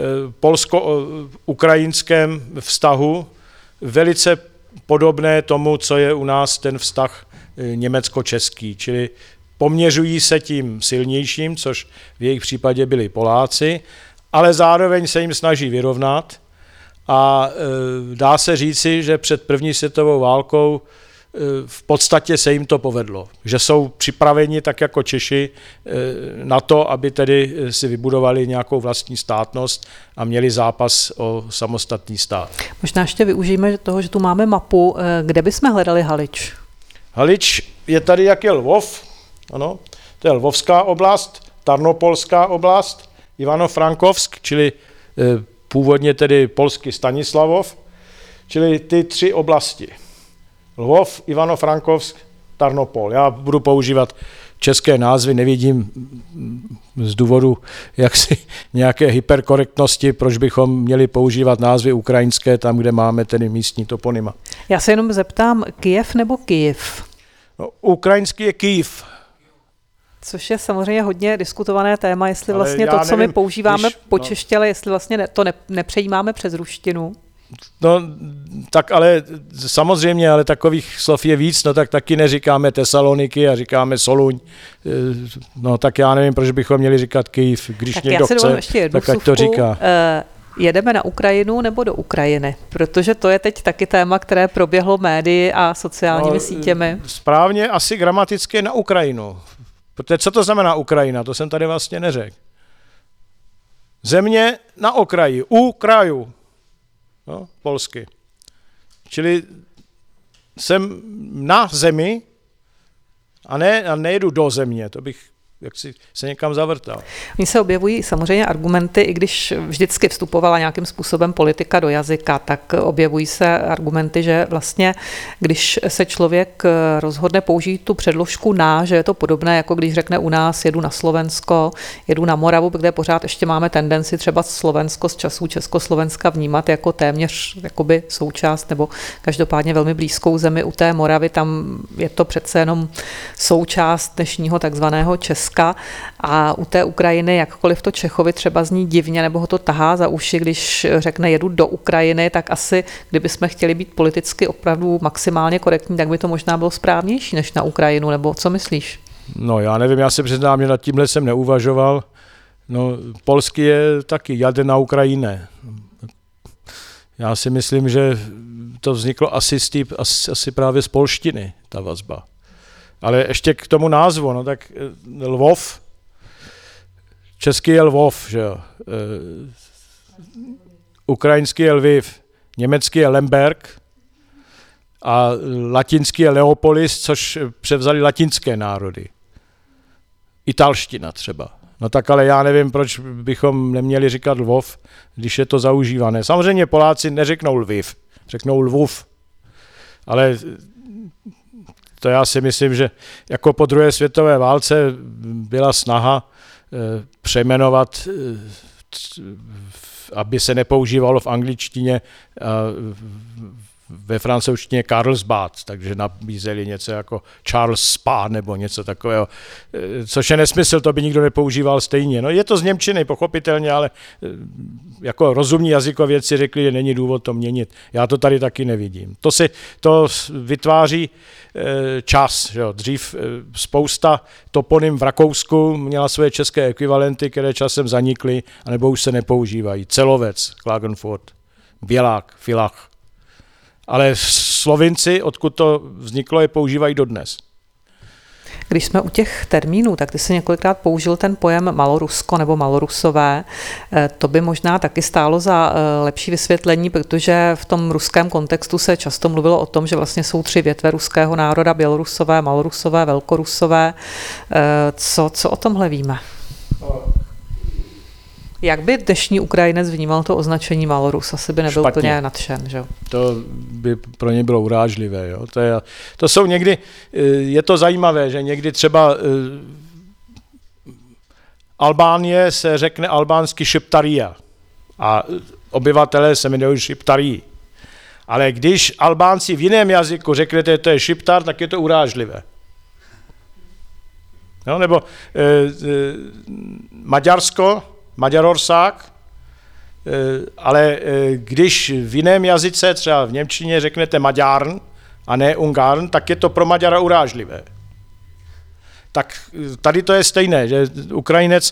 polsko-ukrajinském vztahu, velice podobné tomu, co je u nás ten vztah německo-český, čili poměřují se tím silnějším, což v jejich případě byli Poláci, ale zároveň se jim snaží vyrovnat a dá se říci, že před první světovou válkou v podstatě se jim to povedlo, že jsou připraveni tak jako Češi na to, aby tedy si vybudovali nějakou vlastní státnost a měli zápas o samostatný stát. Možná ještě využijeme toho, že tu máme mapu. Kde bychom hledali Halič? Halič je tady, jak je Lvov, ano, to je Lvovská oblast, Tarnopolská oblast, Ivano-Frankovsk, čili původně tedy polský Stanislavov, čili ty tři oblasti. Lvov, Ivano-Frankovsk, Tarnopol. Já budu používat české názvy, nevidím z důvodu jaksi nějaké hyperkorektnosti, proč bychom měli používat názvy ukrajinské tam, kde máme tedy místní toponyma. Já se jenom zeptám, Kyjev nebo Kyjiv? No, ukrajinský je Kyjiv. Což je samozřejmě hodně diskutované téma, jestli Ale vlastně to, co my používáme po čeště, ale jestli vlastně to nepřejímáme přes ruštinu. No, tak ale samozřejmě, ale takových slov je víc, no tak taky neříkáme Tesaloniky a říkáme Soluň. No tak já nevím, proč bychom měli říkat Kyjiv, když tak někdo chce, tak ať to říká. Jedeme na Ukrajinu nebo do Ukrajiny? Protože to je teď taky téma, které proběhlo médii a sociálními sítěmi. Správně asi gramaticky na Ukrajinu. Protože co to znamená Ukrajina? To jsem tady vlastně neřekl. Země na okraji, u kraju. No, polsky. Čili jsem na zemi a nejedu do země, to bych jak si se někam zavrtal. Oni se objevují samozřejmě argumenty, i když vždycky vstupovala nějakým způsobem politika do jazyka, tak objevují se argumenty, že vlastně, když se člověk rozhodne použít tu předložku na, že je to podobné, jako když řekne u nás jedu na Slovensko, jedu na Moravu, kde pořád ještě máme tendenci třeba Slovensko z časů Československa vnímat jako téměř jakoby součást nebo každopádně velmi blízkou zemi. U té Moravy tam je to přece jenom součást dnešního takzvaného Česka a u té Ukrajiny, jakkoliv to Čechovi třeba zní divně nebo ho to tahá za uši, když řekne jedu do Ukrajiny, tak asi, kdybychom chtěli být politicky opravdu maximálně korektní, tak by to možná bylo správnější než na Ukrajinu, nebo co myslíš? No já nevím, já se přiznám, že nad tímhle jsem neuvažoval. No polský je taky jadę na Ukrajinę. Já si myslím, že to vzniklo asi právě z polštiny, ta vazba. Ale ještě k tomu názvu, no tak Lvov, český je Lvov, že jo. Ukrajinský je Lviv, německý je Lemberg a latinský je Leopolis, což převzali latinské národy. Italština třeba. No tak ale já nevím, proč bychom neměli říkat Lvov, když je to zaužívané. Samozřejmě Poláci neřeknou Lviv, řeknou Lvov. Ale to já si myslím, že jako po druhé světové válce byla snaha přejmenovat, aby se nepoužívalo v angličtině ve francouzštině Carlsbad, takže nabízeli něco jako Charles Spa nebo něco takového, což je nesmysl, to by nikdo nepoužíval stejně. No je to z němčiny, pochopitelně, ale jako rozumní jazykovědci řekli, že není důvod to měnit. Já to tady taky nevidím. To vytváří čas. Že jo. Dřív spousta toponym v Rakousku měla své české ekvivalenty, které časem zanikly, anebo už se nepoužívají. Celovec, Klagenfurt, Bělák, Villach. Ale Slovinci, odkud to vzniklo, je používají dodnes. Když jsme u těch termínů, tak ty jsi několikrát použil ten pojem Malorusko nebo Malorusové. To by možná taky stálo za lepší vysvětlení, protože v tom ruském kontextu se často mluvilo o tom, že vlastně jsou 3 větve ruského národa, Bělorusové, Malorusové, Velkorusové. Co o tomhle víme? Jak by dnešní Ukrajinec vnímal to označení Malorus? Asi by nebyl špatně. Úplně nadšen, že? To by pro ně bylo urážlivé. Jo? To jsou někdy, je to zajímavé, že někdy třeba Albánie se řekne albánsky Šiptaria a obyvatelé se jmenují Šiptarí. Ale když Albánci v jiném jazyku řeknete, to je Šiptar, tak je to urážlivé. No, nebo Maďarsko, Maďarország, ale když v jiném jazyce, třeba v němčině, řeknete Maďarn a ne Ungarn, tak je to pro Maďara urážlivé. Tak tady to je stejné, že Ukrajinec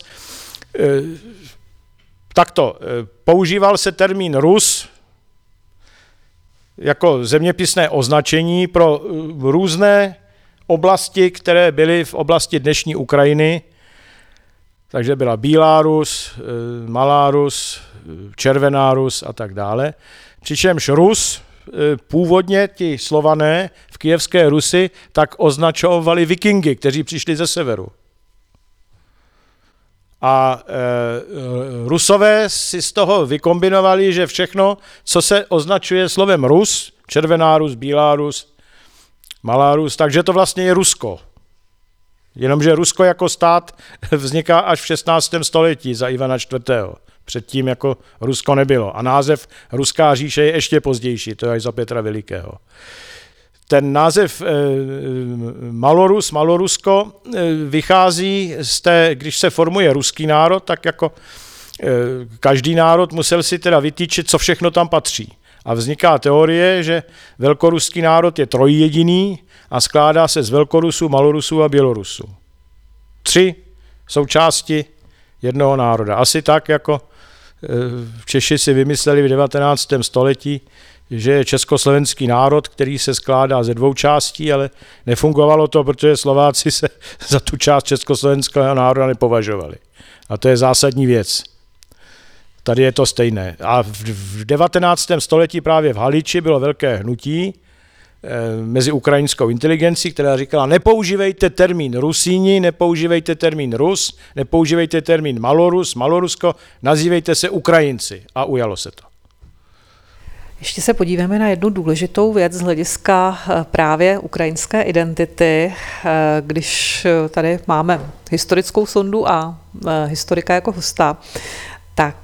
takto používal se termín Rus jako zeměpisné označení pro různé oblasti, které byly v oblasti dnešní Ukrajiny. Takže byla Bílá Rus, Malá Rus, Červená Rus a tak dále. Přičemž Rus, původně ti Slované v Kyjevské Rusi, tak označovali Vikingy, kteří přišli ze severu. A Rusové si z toho vykombinovali, že všechno, co se označuje slovem Rus, Červená Rus, Bílá Rus, Malá Rus, takže to vlastně je Rusko. Jenomže Rusko jako stát vzniká až v 16. století za Ivana IV. Předtím jako Rusko nebylo. A název Ruská říše je ještě pozdější, to je až za Petra Velikého. Ten název Malorus, Malorusko vychází z té, když se formuje ruský národ, tak jako každý národ musel si teda vytýčit, co všechno tam patří. A vzniká teorie, že velkoruský národ je trojjediný a skládá se z Velkorusů, Malorusů a Bělorusů. 3 součásti jednoho národa. Asi tak, jako Češi si vymysleli v 19. století, že je československý národ, který se skládá ze 2 částí, ale nefungovalo to, protože Slováci se za tu část československého národa nepovažovali. A to je zásadní věc. Tady je to stejné. A v 19. století právě v Haliči bylo velké hnutí, mezi ukrajinskou inteligencí, která říkala, nepoužívejte termín Rusíni, nepoužívejte termín Rus, nepoužívejte termín Malorus, Malorusko, nazývejte se Ukrajinci. A ujalo se to. Ještě se podíváme na jednu důležitou věc z hlediska právě ukrajinské identity. Když tady máme historickou sondu a historika jako hosta, tak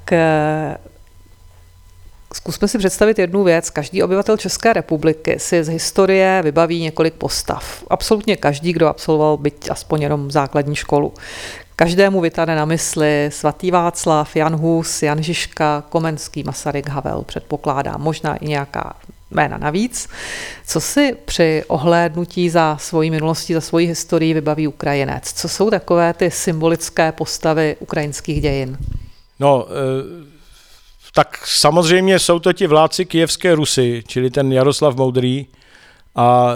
zkusme si představit jednu věc. Každý obyvatel České republiky si z historie vybaví několik postav. Absolutně každý, kdo absolvoval byť aspoň jenom základní školu. Každému vytane na mysli svatý Václav, Jan Hus, Jan Žižka, Komenský, Masaryk, Havel, předpokládám, možná i nějaká jména navíc. Co si při ohlédnutí za svojí minulostí, za svoji historii vybaví Ukrajinec? Co jsou takové ty symbolické postavy ukrajinských dějin? No, tak samozřejmě jsou to ti vládci Kyjevské Rusy, čili ten Jaroslav Moudrý a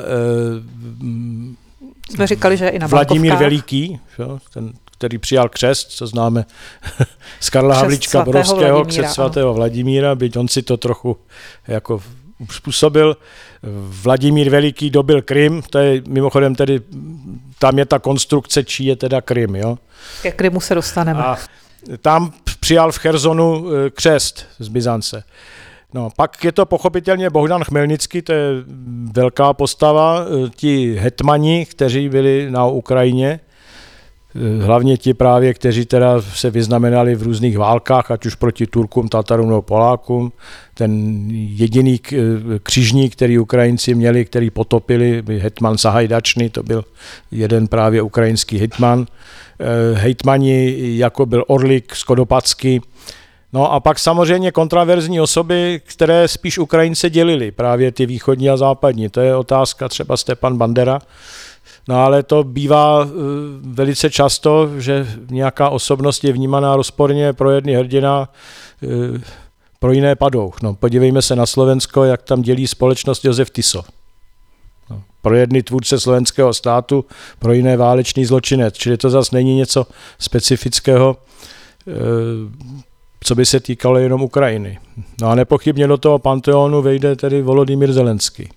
jsme říkali, že i na Vladimír Veliký, ten, který přijal křest, co známe z Karla Havlíčka Borovského, křest svatého Vladimíra, byť on si to trochu jako způsobil. Vladimír Veliký dobil Krym, to je mimochodem tedy, tam je ta konstrukce, čí je teda Krym, jo. Ke Krymu se dostaneme. A tam přijal v Chersonu křest z Byzance. No, pak je to pochopitelně Bohdan Chmelnický, to je velká postava, ti hetmani, kteří byli na Ukrajině, hlavně ti právě, kteří teda se vyznamenali v různých válkách, ať už proti Turkům, Tatarům nebo Polákům. Ten jediný křižník, který Ukrajinci měli, který potopili, hetman Sahajdačný, to byl jeden právě ukrajinský hetman. Hejtmani, jako byl Orlik, Skodopacky. No a pak samozřejmě kontraverzní osoby, které spíš Ukrajince dělili, právě ty východní a západní. To je otázka třeba Stepan Bandera. No ale to bývá velice často, že nějaká osobnost je vnímaná rozporně pro jedny hrdina, pro jiné padouch. No, podívejme se na Slovensko, jak tam dělí společnost Josef Tiso. No, pro jedny tvůrce slovenského státu, pro jiné válečný zločinec. Čili to zase není něco specifického, co by se týkalo jenom Ukrajiny. No a nepochybně do toho panteonu vejde tedy Volodymyr Zelenský.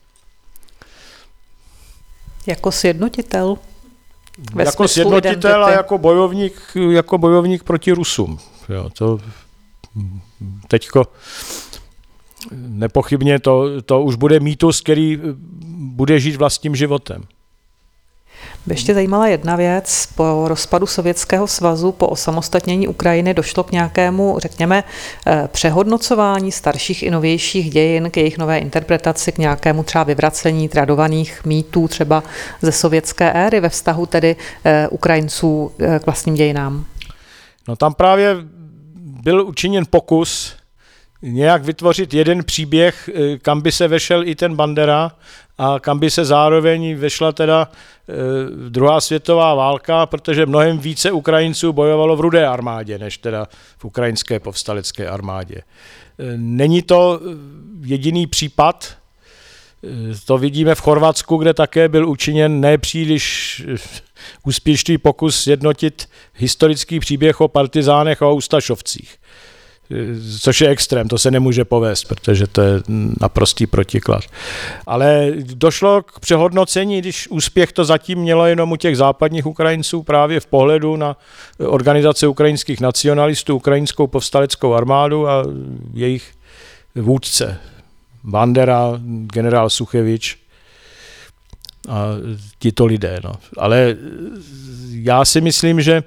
Jako sjednotitel? Jako sjednotitel a jako bojovník proti Rusům. Jo, to teďko nepochybně to už bude mýtus, který bude žít vlastním životem. By ještě zajímala jedna věc. Po rozpadu Sovětského svazu, po osamostatnění Ukrajiny došlo k nějakému, řekněme, přehodnocování starších i novějších dějin, k jejich nové interpretaci, k nějakému třeba vyvracení tradovaných mýtů třeba ze sovětské éry ve vztahu tedy Ukrajinců k vlastním dějinám? No tam právě byl učiněn pokus nějak vytvořit jeden příběh, kam by se vešel i ten Bandera a kam by se zároveň vešla teda druhá světová válka, protože mnohem více Ukrajinců bojovalo v Rudé armádě, než teda v ukrajinské povstalecké armádě. Není to jediný případ, to vidíme v Chorvatsku, kde také byl učiněn nepříliš úspěšný pokus sjednotit historický příběh o partizánech a o ustašovcích. Což je extrém, to se nemůže povést, protože to je naprostý protiklad. Ale došlo k přehodnocení, když úspěch to zatím mělo jenom u těch západních Ukrajinců právě v pohledu na organizace ukrajinských nacionalistů, ukrajinskou povstaleckou armádu a jejich vůdce. Bandera, generál Suchevič a tito lidé. No. Ale já si myslím, že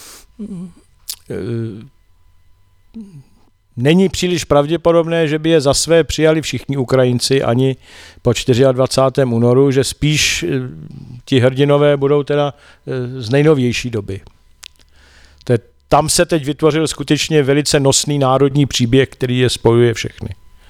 není příliš pravděpodobné, že by je za své přijali všichni Ukrajinci ani po 24. únoru, že spíš ti hrdinové budou teda z nejnovější doby. Tam se teď vytvořil skutečně velice nosný národní příběh, který je spojuje všechny.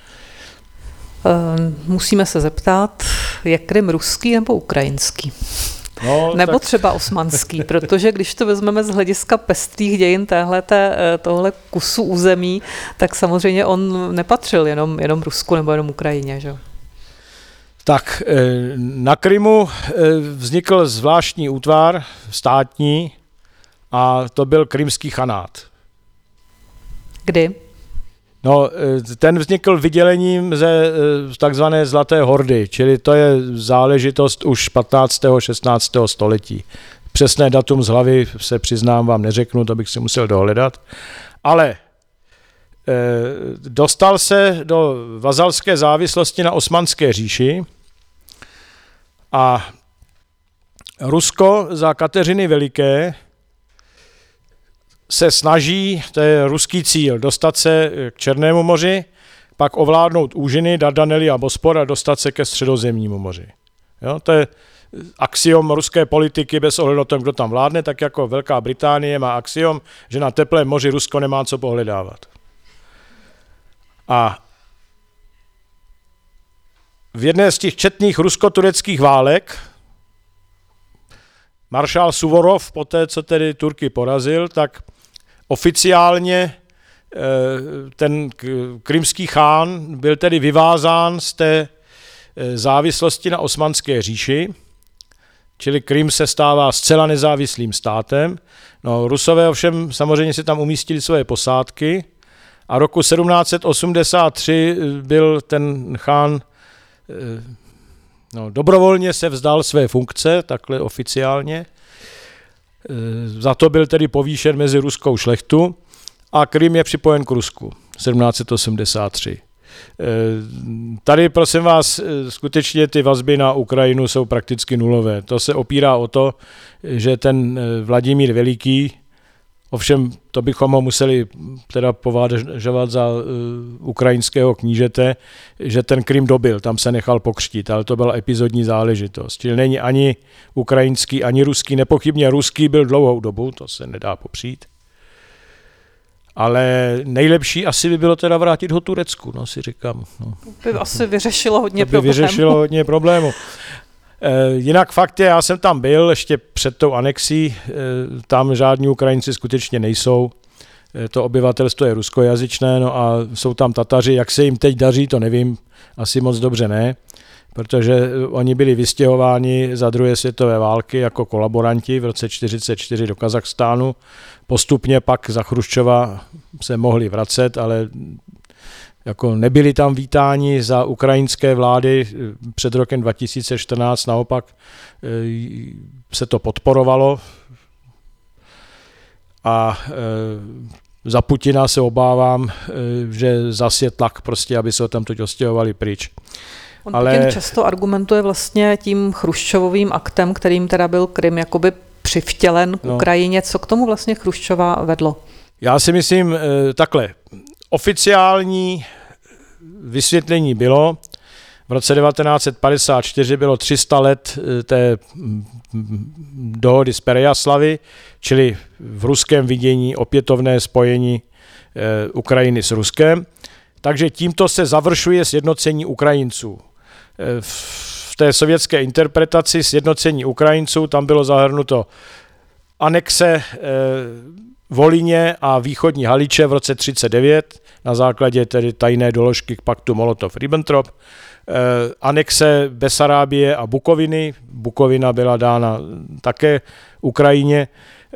Musíme se zeptat, je Krym ruský nebo ukrajinský? No, nebo tak třeba osmanský, protože když to vezmeme z hlediska pestrých dějin tohle kusu území, tak samozřejmě on nepatřil jenom Rusku nebo jenom Ukrajině. Že? Tak na Krymu vznikl zvláštní útvar státní a to byl krymský chanát. Kdy? No, ten vznikl vydělením ze takzvané Zlaté hordy, čili to je záležitost už 15. 16. století. Přesné datum z hlavy se přiznám vám neřeknu, to bych si musel dohledat, ale dostal se do vazalské závislosti na Osmanské říši a Rusko za Kateřiny Veliké se snaží, to je ruský cíl, dostat se k Černému moři, pak ovládnout úžiny, Dardanely a Bospor a dostat se ke Středozemnímu moři. Jo, to je axiom ruské politiky bez ohledu na tom, kdo tam vládne, tak jako Velká Británie má axiom, že na teplém moři Rusko nemá co pohledávat. A v jedné z těch četných rusko-tureckých válek maršál Suvorov, poté co tedy Turky porazil, tak oficiálně ten krymský chán byl tedy vyvázán z té závislosti na Osmanské říši, čili Krym se stává zcela nezávislým státem. No, Rusové ovšem samozřejmě si tam umístili svoje posádky a roku 1783 byl ten chán, dobrovolně se vzdal své funkce, takhle oficiálně. Za to byl tedy povýšen mezi ruskou šlechtu a Krym je připojen k Rusku 1783. Tady, prosím vás, skutečně ty vazby na Ukrajinu jsou prakticky nulové. To se opírá o to, že ten Vladimír Veliký, ovšem to bychom ho museli teda považovat za ukrajinského knížete, že ten Krym dobil, tam se nechal pokřtít, ale to byla epizodní záležitost. Čili není ani ukrajinský, ani ruský, nepochybně ruský byl dlouhou dobu, to se nedá popřít. Ale nejlepší asi by bylo teda vrátit ho Turecku, no si říkám. No. To by asi vyřešilo hodně problémů. Vyřešilo hodně problémů. Jinak fakt je, já jsem tam byl ještě před tou anexí, tam žádní Ukrajinci skutečně nejsou, to obyvatelstvo je ruskojazyčné, no a jsou tam Tataři, jak se jim teď daří, to nevím, asi moc dobře ne, protože oni byli vystěhováni za druhé světové války jako kolaboranti v roce 1944 do Kazachstánu, postupně pak za Chruščova se mohli vracet, ale jako nebyli tam vítáni za ukrajinské vlády před rokem 2014, naopak se to podporovalo a za Putina se obávám, že zase je tlak prostě, aby se ho tam teď odstěhovali pryč. Putin často argumentuje vlastně tím Chruščovovým aktem, kterým teda byl Krym jakoby přivtělen k Ukrajině. Co k tomu vlastně Chruščova vedlo? Já si myslím takhle. Oficiální vysvětlení bylo, v roce 1954 bylo 300 let té dohody z Perejaslavy, čili v ruském vidění opětovné spojení Ukrajiny s Ruskem. Takže tímto se završuje sjednocení Ukrajinců. V té sovětské interpretaci sjednocení Ukrajinců tam bylo zahrnuto anexe Volíně a východní Haliče v roce 1939 na základě tedy tajné doložky k paktu Molotov-Ribbentrop, anexe Besarábie a Bukoviny, Bukovina byla dána také Ukrajině,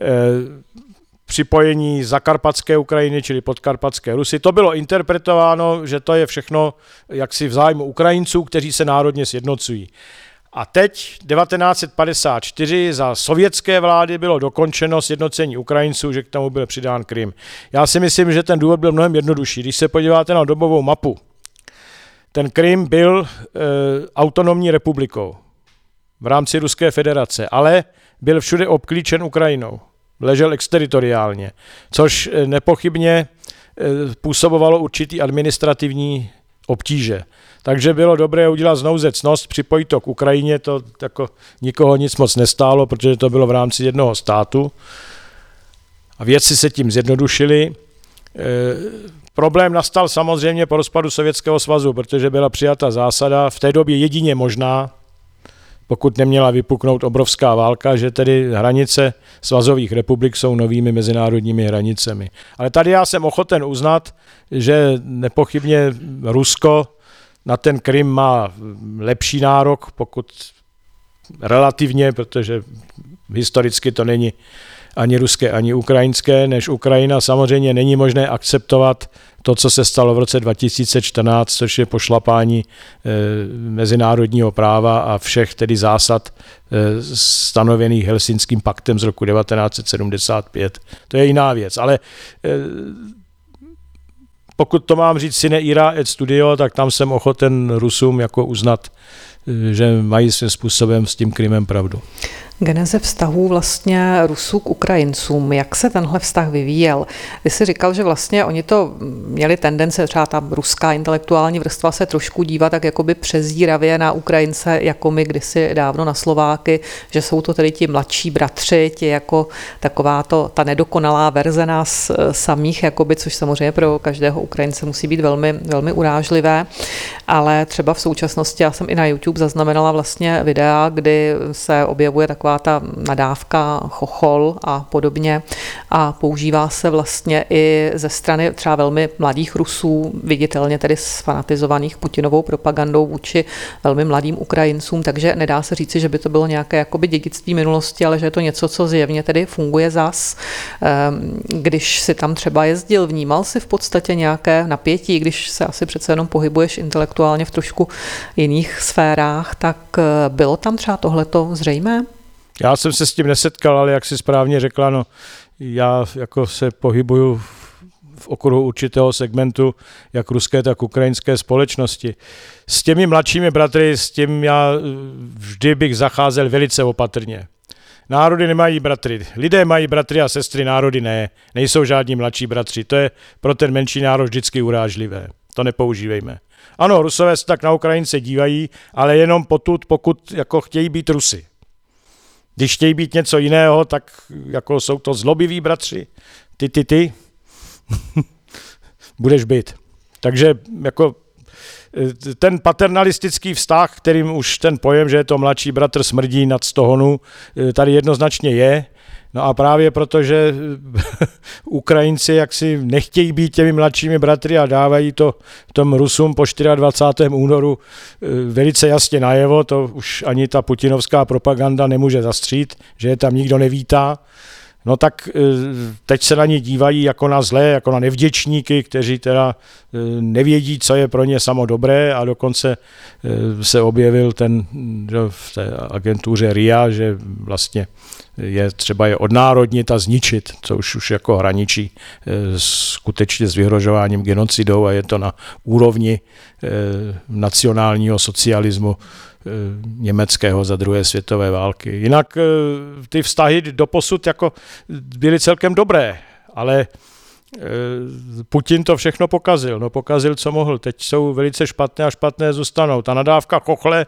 připojení zakarpatské Ukrajiny, čili podkarpatské Rusy. To bylo interpretováno, že to je všechno jaksi v zájmu Ukrajinců, kteří se národně sjednocují. A teď 1954 za sovětské vlády bylo dokončeno sjednocení Ukrajinců, že k tomu byl přidán Krym. Já si myslím, že ten důvod byl mnohem jednodušší. Když se podíváte na dobovou mapu, ten Krym byl autonomní republikou v rámci Ruské federace, ale byl všude obklíčen Ukrajinou. Ležel exteritoriálně, což nepochybně působovalo určitý administrativní obtíže. Takže bylo dobré udělat znouzecnost, připojit to k Ukrajině, to jako nikoho nic moc nestálo, protože to bylo v rámci jednoho státu a věci se tím zjednodušily. Problém nastal samozřejmě po rozpadu Sovětského svazu, protože byla přijata zásada, v té době jedině možná, pokud neměla vypuknout obrovská válka, že tedy hranice svazových republik jsou novými mezinárodními hranicemi. Ale tady já jsem ochoten uznat, že nepochybně Rusko na ten Krym má lepší nárok, pokud relativně, protože historicky to není ani ruské, ani ukrajinské, než Ukrajina. Samozřejmě není možné akceptovat to, co se stalo v roce 2014, což je pošlapání mezinárodního práva a všech tedy zásad stanovených Helsinským paktem z roku 1975. To je jiná věc, ale pokud to mám říct sine ira et studio, tak tam jsem ochoten Rusům jako uznat, že mají svým způsobem s tím Krymem pravdu. Geneze vztahů vlastně Rusů k Ukrajincům. Jak se tenhle vztah vyvíjel? Vy jsi říkal, že vlastně oni to měli tendence, třeba ta ruská intelektuální vrstva se trošku dívat tak jakoby přezíravě na Ukrajince, jako my kdysi dávno na Slováky, že jsou to tedy ti mladší bratři, ti jako taková ta nedokonalá verze nás samých, jakoby, což samozřejmě pro každého Ukrajince musí být velmi, velmi urážlivé. Ale třeba v současnosti, já jsem i na YouTube zaznamenala vlastně videa, kdy se objevuje taková ta nadávka chochol a podobně a používá se vlastně i ze strany třeba velmi mladých Rusů, viditelně tedy sfanatizovaných Putinovou propagandou vůči velmi mladým Ukrajincům, takže nedá se říci, že by to bylo nějaké jakoby dědictví minulosti, ale že je to něco, co zjevně tedy funguje zas. Když si tam třeba jezdil, vnímal si v podstatě nějaké napětí, když se asi přece jenom pohybuješ intelektuálně v trošku jiných sférách, tak bylo tam třeba tohleto zřejmé? Já jsem se s tím nesetkal, ale jak jsi správně řekla, no, já jako se pohybuju v okruhu určitého segmentu, jak ruské, tak ukrajinské společnosti. S těmi mladšími bratry, s tím já vždy bych zacházel velice opatrně. Národy nemají bratry. Lidé mají bratry a sestry, národy ne. Nejsou žádní mladší bratři. To je pro ten menší národ vždycky urážlivé. To nepoužívejme. Ano, Rusové se tak na Ukrajince dívají, ale jenom potud, pokud jako chtějí být Rusy. Když chtějí být něco jiného, tak jako jsou to zlobiví bratři. Ty. Budeš být. Takže jako ten paternalistický vztah, kterým už ten pojem, že je to mladší bratr smrdí nad stohonu, tady jednoznačně je. No a právě protože Ukrajinci jaksi nechtějí být těmi mladšími bratry a dávají to tom Rusům po 24. únoru velice jasně najevo, to už ani ta putinovská propaganda nemůže zastřít, že je tam nikdo nevítá. No tak teď se na ně dívají jako na zlé, jako na nevděčníky, kteří teda nevědí, co je pro ně samo dobré a dokonce se objevil v té agentuře RIA, že vlastně je třeba je odnárodnit a zničit, co už jako hraničí skutečně s vyhrožováním genocidou a je to na úrovni nacionálního socialismu německého za druhé světové války. Jinak ty vztahy doposud jako byly celkem dobré, ale Putin to všechno pokazil. No pokazil, co mohl. Teď jsou velice špatné a špatné zůstanou. Ta nadávka chochle,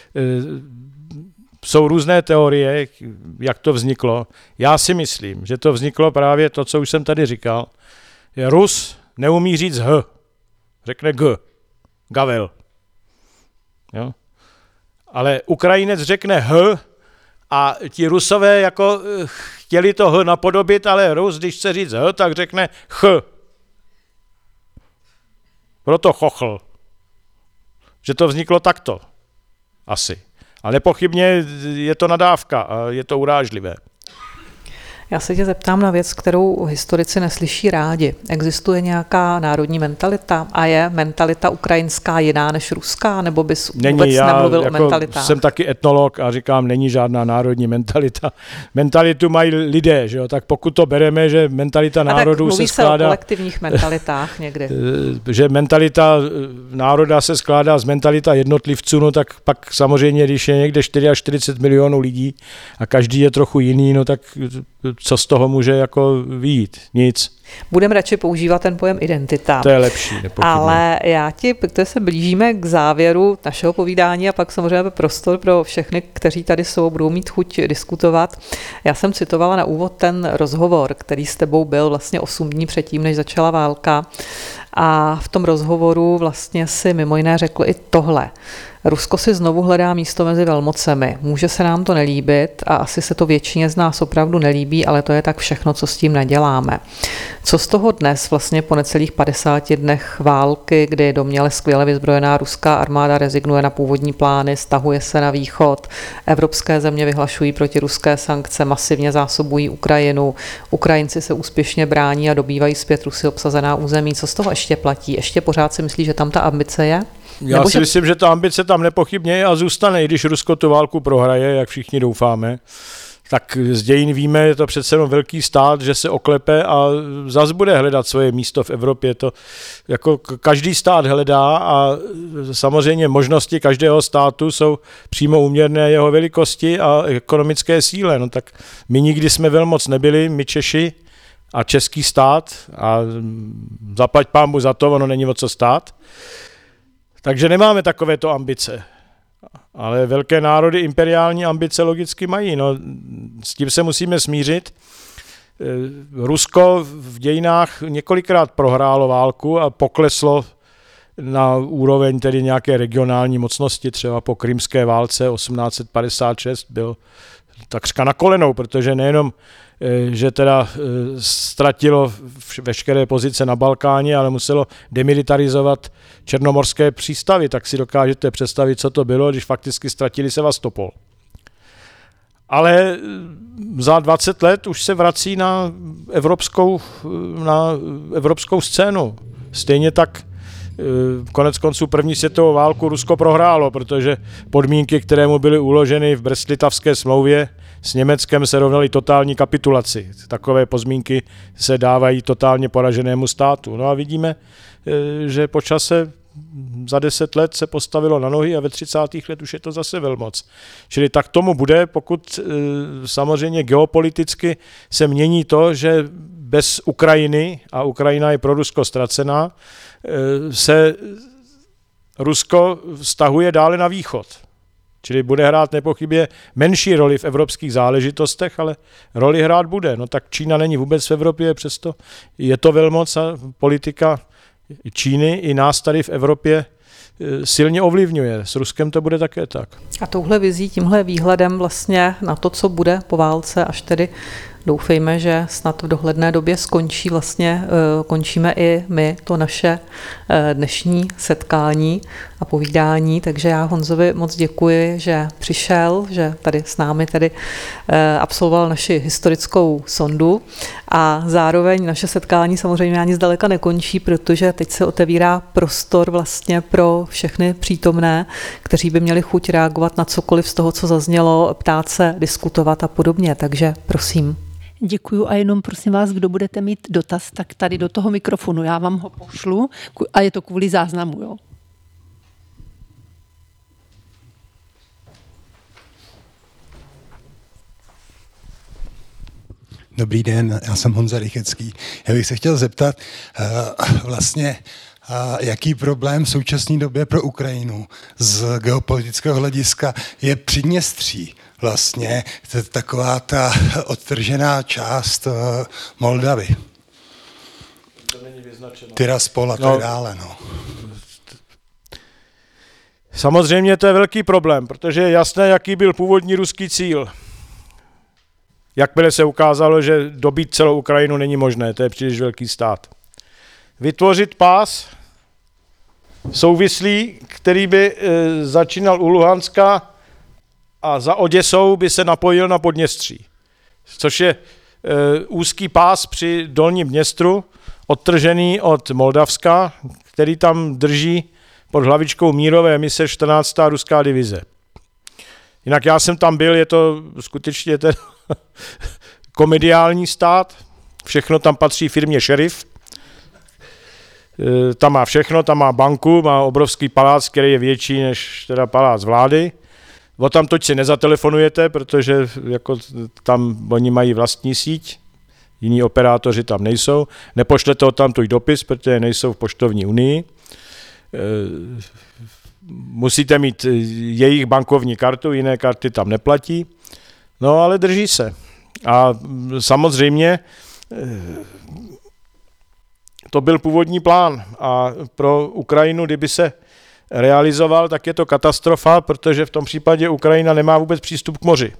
jsou různé teorie, jak to vzniklo. Já si myslím, že to vzniklo právě to, co už jsem tady říkal. Rus neumí říct h. Řekne g. Gavel. Jo? Ale Ukrajinec řekne h a ti Rusové jako chtěli to h napodobit, ale Rus, když chce říct h, tak řekne ch. Proto chochl. Že to vzniklo takto. Asi. Ale nepochybně je to nadávka a je to urážlivé. Já se tě zeptám na věc, kterou historici neslyší rádi. Existuje nějaká národní mentalita a je mentalita ukrajinská jiná než ruská, nebo bys vůbec nemluvil o mentalitách? Jsem taky etnolog a říkám, není žádná národní mentalita. Mentalitu mají lidé, že jo? Tak pokud to bereme, že mentalita národů se skládá... Mluví se o kolektivních mentalitách někdy. Že mentalita národa se skládá z mentalita jednotlivců, no tak pak samozřejmě, když je někde 44 milionů lidí a každý je trochu jiný, no tak co z toho může jako vyjít? Nic. Budeme radši používat ten pojem identita. To je lepší, nepochybně. Ale protože se blížíme k závěru našeho povídání a pak samozřejmě prostor pro všechny, kteří tady jsou, budou mít chuť diskutovat. Já jsem citovala na úvod ten rozhovor, který s tebou byl vlastně 8 dní předtím, než začala válka. A v tom rozhovoru vlastně si mimo jiné řekl i tohle. Rusko si znovu hledá místo mezi velmocemi. Může se nám to nelíbit a asi se to většině z nás opravdu nelíbí, ale to je tak všechno, co s tím naděláme. Co z toho dnes vlastně po necelých 50 dnech války, kdy domněle skvěle vyzbrojená ruská armáda rezignuje na původní plány, stahuje se na východ, evropské země vyhlašují protiruské sankce, masivně zásobují Ukrajinu, Ukrajinci se úspěšně brání a dobývají zpět Rusy obsazená území. Co z toho ještě platí? Ještě pořád si myslí, že tam ta ambice je? Já si myslím, že ta ambice tam nepochybně je a zůstane, i když Rusko tu válku prohraje, jak všichni doufáme. Tak z dějin víme, je to přece jenom velký stát, že se oklepe a zas bude hledat svoje místo v Evropě. To jako každý stát hledá a samozřejmě možnosti každého státu jsou přímo úměrné jeho velikosti a ekonomické síle. No tak my nikdy jsme velmoc nebyli, my Češi a český stát a zaplať pánbu za to, ono není o co stát. Takže nemáme takovéto ambice. Ale velké národy imperiální ambice logicky mají. No, s tím se musíme smířit. Rusko v dějinách několikrát prohrálo válku a pokleslo na úroveň tedy nějaké regionální mocnosti. Třeba po krymské válce 1856 byl takřka na kolenou, protože nejenom že teda ztratilo veškeré pozice na Balkáně, ale muselo demilitarizovat černomorské přístavy, tak si dokážete představit, co to bylo, když fakticky ztratili Sevastopol. Ale za 20 let už se vrací na evropskou scénu. Stejně tak konec konců první světovou válku Rusko prohrálo, protože podmínky, které mu byly uloženy v Brest-Litavské smlouvě s Německem, se rovnaly totální kapitulaci. Takové podmínky se dávají totálně poraženému státu. No a vidíme, že po čase za 10 let se postavilo na nohy a ve 30. let už je to zase velmoc. Čili tak tomu bude, pokud samozřejmě geopoliticky se mění to, že bez Ukrajiny, a Ukrajina je pro Rusko ztracená, se Rusko vztahuje dále na východ. Čili bude hrát nepochybně menší roli v evropských záležitostech, ale roli hrát bude. No tak Čína není vůbec v Evropě, přesto je to velmoc a politika Číny i nás tady v Evropě silně ovlivňuje. S Ruskem to bude také tak. A touhle vizí, tímhle výhledem vlastně na to, co bude po válce, až tedy doufejme, že snad v dohledné době končíme i my to naše dnešní setkání a povídání, takže já Honzovi moc děkuji, že přišel, že tady s námi tedy absolvoval naši historickou sondu a zároveň naše setkání samozřejmě ani zdaleka nekončí, protože teď se otevírá prostor vlastně pro všechny přítomné, kteří by měli chuť reagovat na cokoliv z toho, co zaznělo, ptát se, diskutovat a podobně, takže prosím. Děkuju a jenom prosím vás, kdo budete mít dotaz, tak tady do toho mikrofonu, já vám ho pošlu a je to kvůli záznamu, jo. Dobrý den, já jsem Honza Rychecký. Já bych se chtěl zeptat jaký problém v současné době pro Ukrajinu z geopolitického hlediska je Příměstří. Vlastně taková ta odtržená část Moldavy. To není vyznačeno. Tiraspol a tak dále. No. Samozřejmě to je velký problém, protože je jasné, jaký byl původní ruský cíl. Jakmile se ukázalo, že dobít celou Ukrajinu není možné, to je příliš velký stát. Vytvořit pás souvislý, který by začínal u Luhanska a za Oděsou by se napojil na Podněstří, což je úzký pás při dolním Dněstru, odtržený od Moldavska, který tam drží pod hlavičkou mírové mise 14. ruská divize. Jinak já jsem tam byl, je to skutečně ten komediální stát, všechno tam patří firmě Šerif, tam má všechno, tam má banku, má obrovský palác, který je větší než teda palác vlády. O tamtoť si nezatelefonujete, protože jako tam oni mají vlastní síť, jiní operátoři tam nejsou. Nepošlete o tamtoť dopis, protože nejsou v poštovní unii. Musíte mít jejich bankovní kartu, jiné karty tam neplatí. No ale drží se. A samozřejmě to byl původní plán a pro Ukrajinu, kdyby se realizoval, tak je to katastrofa, protože v tom případě Ukrajina nemá vůbec přístup k moři.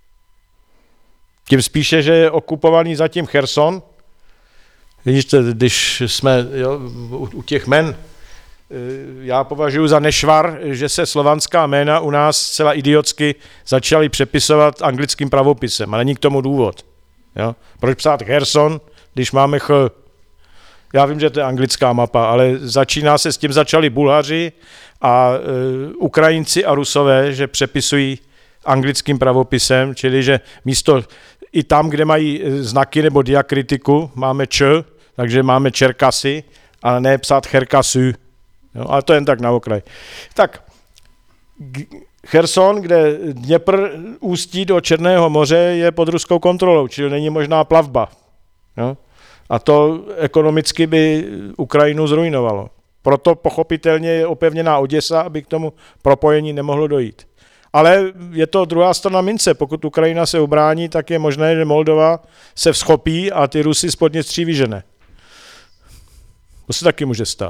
Tím spíše, že je okupovaný zatím Cherson. Vidíte, když jsme u těch jmen, já považuji za nešvar, že se slovanská jména u nás zcela idiotsky začaly přepisovat anglickým pravopisem, ale není k tomu důvod. Jo? Proč psát Cherson, když máme Já vím, že to je anglická mapa, ale s tím začali Bulhaři a Ukrajinci a Rusové, že přepisují anglickým pravopisem, čili že místo i tam, kde mají znaky nebo diakritiku, máme č, takže máme Čerkasy, ale ne psát Cherkasy. Jo, ale to jen tak na okraj. Tak, Cherson, kde Dněpr ústí do Černého moře, je pod ruskou kontrolou, čili není možná plavba. Jo? A to ekonomicky by Ukrajinu zrujnovalo. Proto pochopitelně je opevněná Oděsa, aby k tomu propojení nemohlo dojít. Ale je to druhá strana mince. Pokud Ukrajina se ubrání, tak je možné, že Moldova se vzchopí a ty Rusy z Podněstří vyžene. To se taky může stát.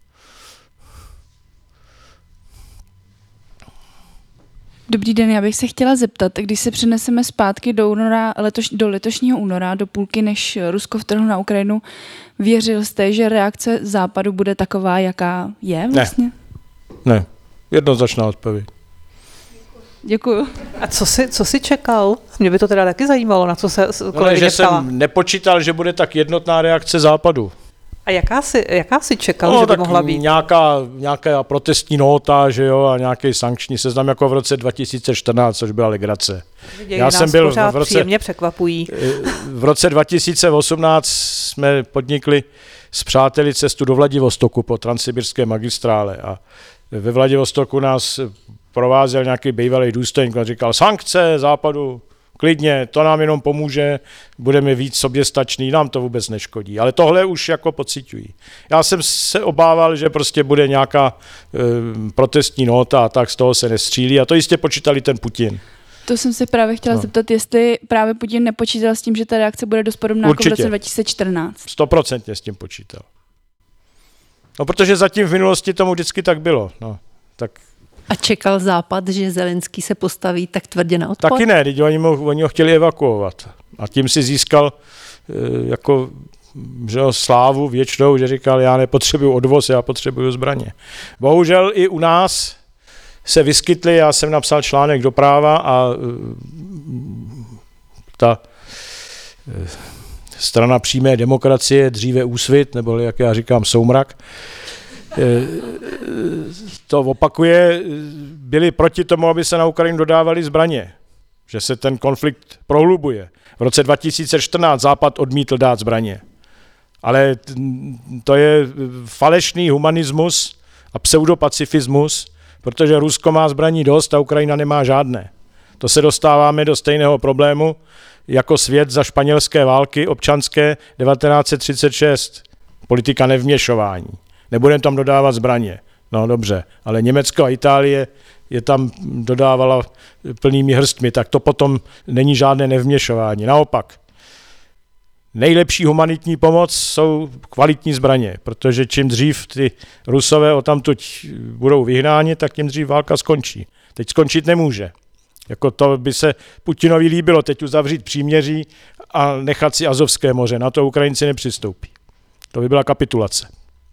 Dobrý den, já bych se chtěla zeptat, když se přeneseme zpátky do letošního února, do půlky, než Rusko vtrhlo na Ukrajinu, věřil jste, že reakce Západu bude taková, jaká je vlastně? Ne. Jednoznačná odpověď. Děkuju. A co jsi čekal? Mě by to teda taky zajímalo, na co se kolegyně ptala. Jsem nepočítal, že bude tak jednotná reakce Západu. A jaká jsi čekal, že by mohla být? Nějaká protestní nota, že jo, a nějaký sankční seznam jako v roce 2014, což byla legrace. Já jsem byl příjemně překvapují. V roce 2018 jsme podnikli s přáteli cestu do Vladivostoku po transsibirské magistrále a ve Vladivostoku nás provázel nějaký bývalý důstojník a říkal, sankce Západu, klidně, to nám jenom pomůže, budeme víc soběstační, nám to vůbec neškodí. Ale tohle už jako pociťují. Já jsem se obával, že prostě bude nějaká protestní nota a tak z toho se nestřílí a to jistě počítali ten Putin. To jsem se právě chtěla zeptat, jestli právě Putin nepočítal s tím, že ta reakce bude dost podobná jako v roce 2014. 100% s tím počítal. No, protože zatím v minulosti tomu vždycky tak bylo. No, tak. A čekal Západ, že Zelenský se postaví tak tvrdě na odpor? Taky ne, oni ho chtěli evakuovat. A tím si získal jako slávu věčnou, že říkal, já nepotřebuju odvoz, já potřebuju zbraně. Bohužel i u nás se vyskytly, já jsem napsal článek do Práva a ta strana přímé demokracie, dříve Úsvit, nebo jak já říkám Soumrak, to opakuje, byli proti tomu, aby se na Ukrajinu dodávaly zbraně, že se ten konflikt prohlubuje. V roce 2014 Západ odmítl dát zbraně. Ale to je falešný humanismus a pseudopacifismus, protože Rusko má zbraní dost a Ukrajina nemá žádné. To se dostáváme do stejného problému jako svět za španělské války občanské 1936. Politika nevměšování. Nebudeme tam dodávat zbraně. No dobře, ale Německo a Itálie je tam dodávala plnými hrstmi, tak to potom není žádné nevměšování. Naopak, nejlepší humanitní pomoc jsou kvalitní zbraně, protože čím dřív ty Rusové odtamtud budou vyhnáni, tak tím dřív válka skončí. Teď skončit nemůže. Jako to by se Putinovi líbilo teď uzavřít příměří a nechat si Azovské moře. Na to Ukrajinci nepřistoupí. To by byla kapitulace.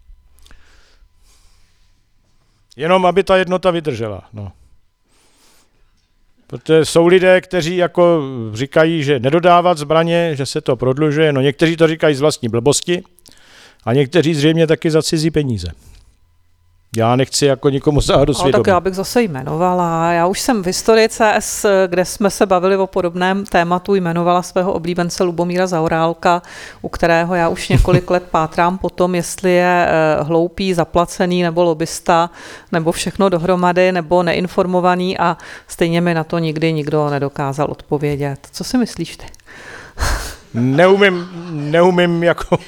Jenom aby ta jednota vydržela. No. Protože jsou lidé, kteří jako říkají, že nedodávat zbraně, že se to prodlužuje. No někteří to říkají z vlastní blbosti a někteří zřejmě taky za cizí peníze. Já nechci jako nikomu sahat do svědomí. Tak já bych zase jmenovala. Já už jsem v historii CS, kde jsme se bavili o podobném tématu, jmenovala svého oblíbence Lubomíra Zaorálka, u kterého já už několik let pátrám po tom, jestli je hloupý, zaplacený nebo lobista, nebo všechno dohromady, nebo neinformovaný a stejně mi na to nikdy nikdo nedokázal odpovědět. Co si myslíš ty? Neumím jako...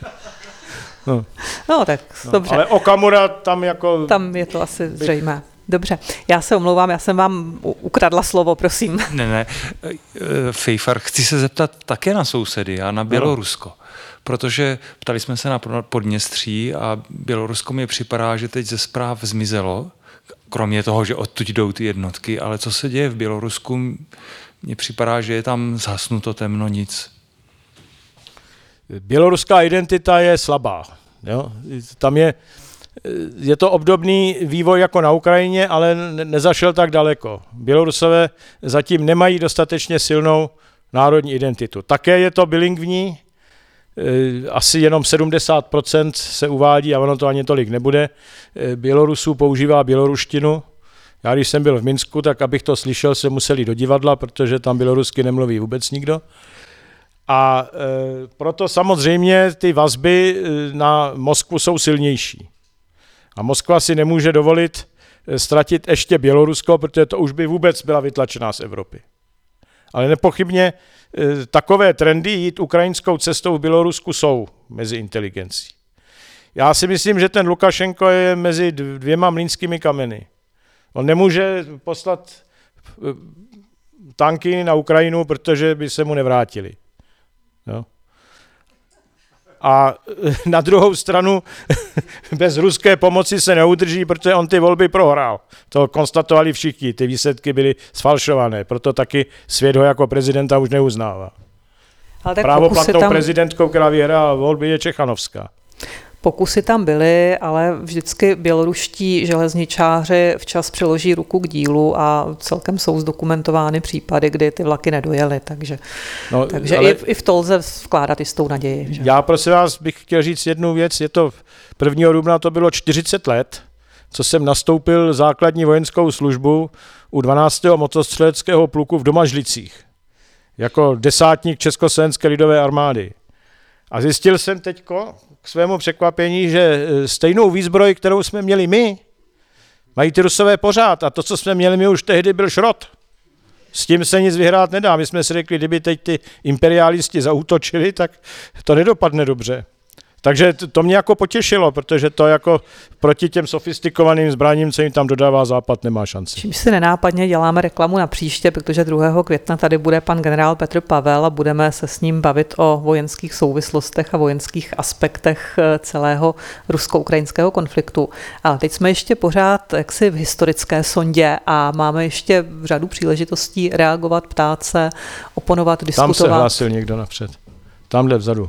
No tak dobře. Ale Okamura tam jako... Tam je to asi zřejmé. Dobře, já se omlouvám, já jsem vám ukradla slovo, prosím. Ne, Fejfar, chci se zeptat také na sousedy a na Bělorusko. Protože ptali jsme se na Podněstří a Bělorusko mi připadá, že teď ze zpráv zmizelo, kromě toho, že odtud jdou ty jednotky, ale co se děje v Bělorusku, mně připadá, že je tam zhasnuto temno, nic. Běloruská identita je slabá. Jo? Tam je to obdobný vývoj jako na Ukrajině, ale nezašel tak daleko. Bělorusové zatím nemají dostatečně silnou národní identitu. Také je to bilingvní, asi jenom 70% se uvádí, a ono to ani tolik nebude, Bělorusů používá běloruštinu. Já když jsem byl v Minsku, tak abych to slyšel, se museli do divadla, protože tam bělorusky nemluví vůbec nikdo. A proto samozřejmě ty vazby na Moskvu jsou silnější. A Moskva si nemůže dovolit ztratit ještě Bělorusko, protože to už by vůbec byla vytlačená z Evropy. Ale nepochybně takové trendy jít ukrajinskou cestou v Bělorusku jsou mezi inteligencí. Já si myslím, že ten Lukašenko je mezi dvěma mlýnskými kameny. On nemůže poslat tanky na Ukrajinu, protože by se mu nevrátili. Jo. A na druhou stranu bez ruské pomoci se neudrží, protože on ty volby prohrál. To konstatovali všichni, ty výsledky byly sfalšované, proto taky svět ho jako prezidenta už neuznává. Právoplatnou prezidentkou, která vyhrála volby, je Čechanovská. Pokusy tam byly, ale vždycky běloruští železničáři včas přiloží ruku k dílu a celkem jsou zdokumentovány případy, kdy ty vlaky nedojely, takže i v to lze vkládat jistou naději. Že? Já prosím vás bych chtěl říct jednu věc, je to 1. dubna to bylo 40 let, co jsem nastoupil základní vojenskou službu u 12. motostřeleckého pluku v Domažlicích jako desátník Československé lidové armády. A zjistil jsem teďko k svému překvapení, že stejnou výzbroj, kterou jsme měli my, mají ty Rusové pořád. A to, co jsme měli my, už tehdy byl šrot. S tím se nic vyhrát nedá. My jsme si řekli, kdyby teď ty imperialisti zaútočili, tak to nedopadne dobře. Takže to mě jako potěšilo, protože to jako proti těm sofistikovaným zbraním, co jim tam dodává Západ, nemá šanci. Čímž si nenápadně děláme reklamu na příště, protože 2. května tady bude pan generál Petr Pavel a budeme se s ním bavit o vojenských souvislostech a vojenských aspektech celého rusko-ukrajinského konfliktu. Ale teď jsme ještě pořád jaksi v historické sondě a máme ještě řadu příležitostí reagovat, ptát se, oponovat, diskutovat. Tam se hlásil někdo napřed. Tamhle vzadu.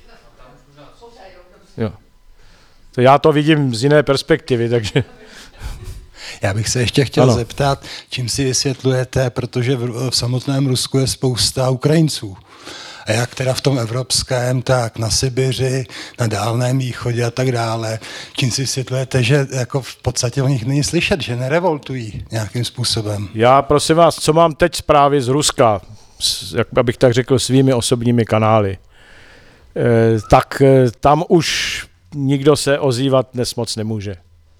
Jo. To já to vidím z jiné perspektivy, takže... Já bych se ještě chtěl zeptat, čím si vysvětlujete, protože v samotném Rusku je spousta Ukrajinců. A jak teda v tom evropském, tak na Sibiři, na Dálném východě a tak dále. Čím si vysvětlujete, že jako v podstatě o nich není slyšet, že nerevoltují nějakým způsobem? Já prosím vás, co mám teď zprávy z Ruska, jak abych tak řekl, svými osobními kanály, tak tam už nikdo se ozývat dnes moc nemůže.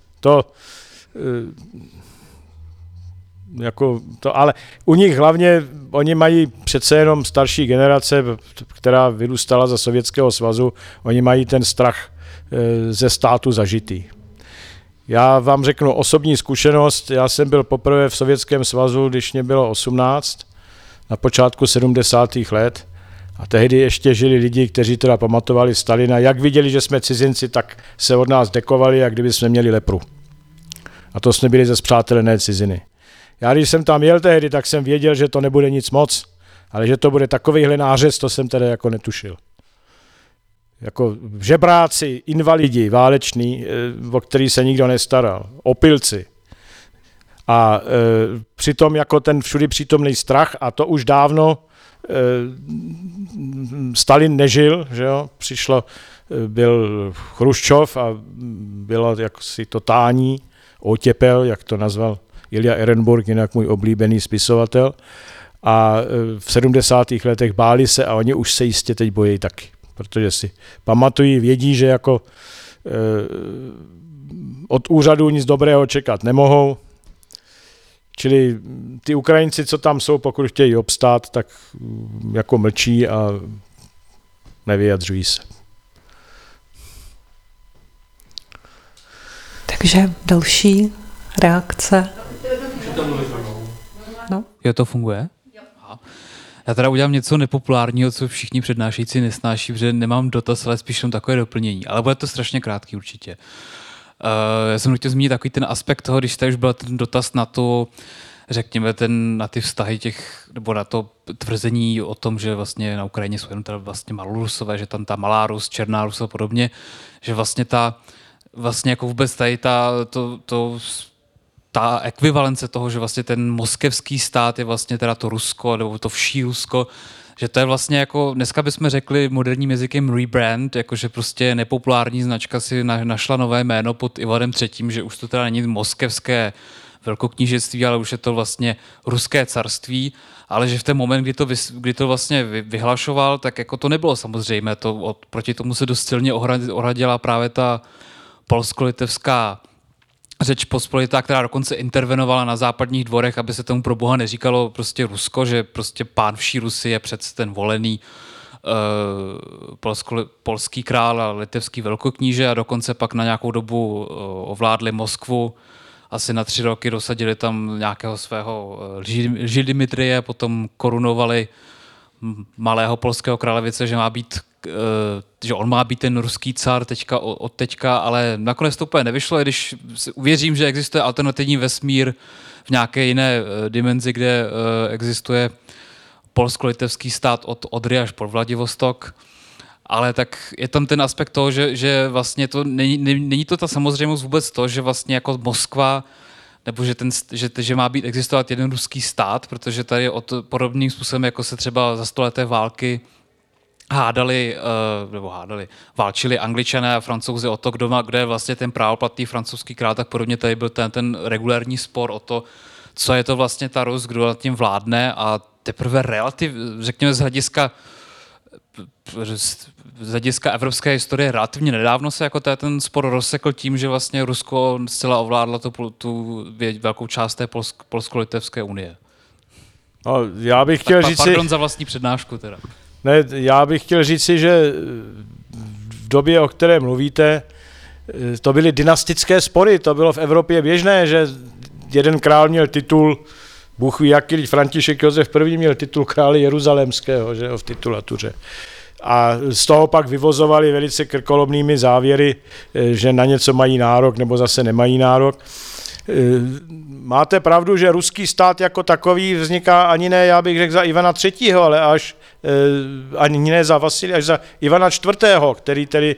Ale u nich hlavně, oni mají přece jenom starší generace, která vyrůstala za Sovětského svazu, oni mají ten strach ze státu zažitý. Já vám řeknu osobní zkušenost, já jsem byl poprvé v Sovětském svazu, když mě bylo 18, na počátku 70. let, a tehdy ještě žili lidi, kteří teda pamatovali Stalina. Jak viděli, že jsme cizinci, tak se od nás dekovali, jak kdyby jsme měli lepru. A to jsme byli ze spřátelené ciziny. Já když jsem tam jel tehdy, tak jsem věděl, že to nebude nic moc, ale že to bude takovýhle nářez, to jsem teda jako netušil. Jako žebráci, invalidi, váleční, o který se nikdo nestaral, opilci. A přitom jako ten všudy přítomný strach, a to už dávno Stalin nežil, že jo? Byl Chruščov a bylo jaksi totální otěpel, jak to nazval Ilja Ehrenburg, jinak můj oblíbený spisovatel. A v 70. letech báli se a oni už se jistě teď bojí taky, protože si pamatují, vědí, že jako od úřadu nic dobrého čekat nemohou. Čili ty Ukrajinci, co tam jsou, pokud chtějí obstát, tak jako mlčí a nevyjadřují se. Takže další reakce? No. Jo, to funguje? Aha. Já teda udělám něco nepopulárního, co všichni přednášející nesnáší, protože nemám dotaz, ale spíš jenom takové doplnění. Ale bude to strašně krátký určitě. Já jsem chtěl zmínit takový ten aspekt toho, když tady už byl ten dotaz na to, řekněme, na ty vztahy nebo na to tvrzení o tom, že vlastně na Ukrajině jsou jenom teda vlastně malorusové, že tam ta malá Rus, černá Rus a podobně, že vlastně vlastně jako vůbec tady ta ekvivalence toho, že vlastně ten moskevský stát je vlastně teda to Rusko, nebo to vší Rusko, že to je vlastně jako, dneska bychom řekli moderním jazykem rebrand, jakože prostě nepopulární značka si našla nové jméno pod Ivanem III., že už to teda není moskevské velkoknížectví, ale už je to vlastně ruské carství, ale že v ten moment, kdy to vlastně vyhlašoval, tak jako to nebylo samozřejmé, proti tomu se dost silně ohradila právě ta polsko-litevská Řeč pospolitá, která dokonce intervenovala na západních dvorech, aby se tomu pro boha neříkalo prostě Rusko, že prostě pán vší Rusy je přece ten volený polský král a litevský velkokníže a dokonce pak na nějakou dobu ovládli Moskvu. Asi na 3 roky dosadili tam nějakého svého Židimitrije, potom korunovali malého polského králevice, že on má být ten ruský car od teďka, ale nakonec to úplně nevyšlo, když uvěřím, že existuje alternativní vesmír v nějaké jiné dimenzi, kde existuje polsko-litevský stát od Odry až po Vladivostok, ale tak je tam ten aspekt toho, že vlastně to není to ta samozřejmost vůbec to, že vlastně jako Moskva nebo že má existovat jeden ruský stát, protože tady podobným způsobem, jako se třeba za stoleté války válčili Angličané a Francouzi o to, kde je vlastně ten právoplatný francouzský král, tak podobně tady byl ten regulární spor o to, co je to vlastně ta Rus, kdo nad tím vládne a teprve řekněme z hlediska evropské historie relativně nedávno se jako ten spor rozsekl tím, že vlastně Rusko zcela ovládlo tu velkou část té polsko-litevské unie. No, já bych chtěl říct pardon za vlastní přednášku teda. Ne, já bych chtěl říci, že v době, o které mluvíte, to byly dynastické spory, to bylo v Evropě běžné, že jeden král měl titul, Bůh ví jaký, František Josef I. měl titul krále jeruzalémského, že v titulatuře. A z toho pak vyvozovali velice krkolomnými závěry, že na něco mají nárok nebo zase nemají nárok. Máte pravdu, že ruský stát jako takový vzniká ani ne, já bych řekl, za Ivana III., ale ani ne za Vasilija, až za Ivana IV., který tedy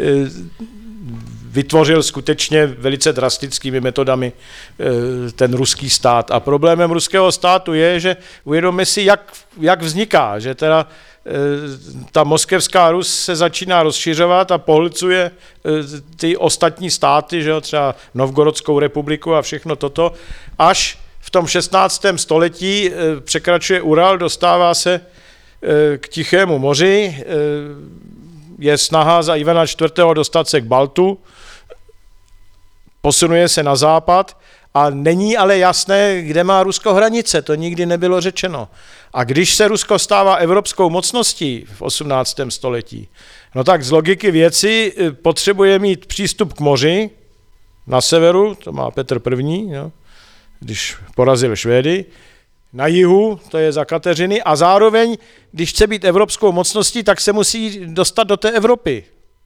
vytvořil skutečně velice drastickými metodami ten ruský stát. A problémem ruského státu je, že uvědomme si, jak vzniká, že teda ta moskevská Rus se začíná rozšiřovat a pohlcuje ty ostatní státy, že jo, třeba Novgorodskou republiku a všechno toto, až v tom 16. století překračuje Ural, dostává se k Tichému moři, je snaha za Ivana IV. Dostat se k Baltu, posunuje se na západ a není ale jasné, kde má Rusko hranice, to nikdy nebylo řečeno. A když se Rusko stává evropskou mocností v 18. století, no tak z logiky věci potřebuje mít přístup k moři na severu, to má Petr I., jo, když porazil Švédy, na jihu, to je za Kateřiny, a zároveň, když chce být evropskou mocností, tak se musí dostat do té Evropy.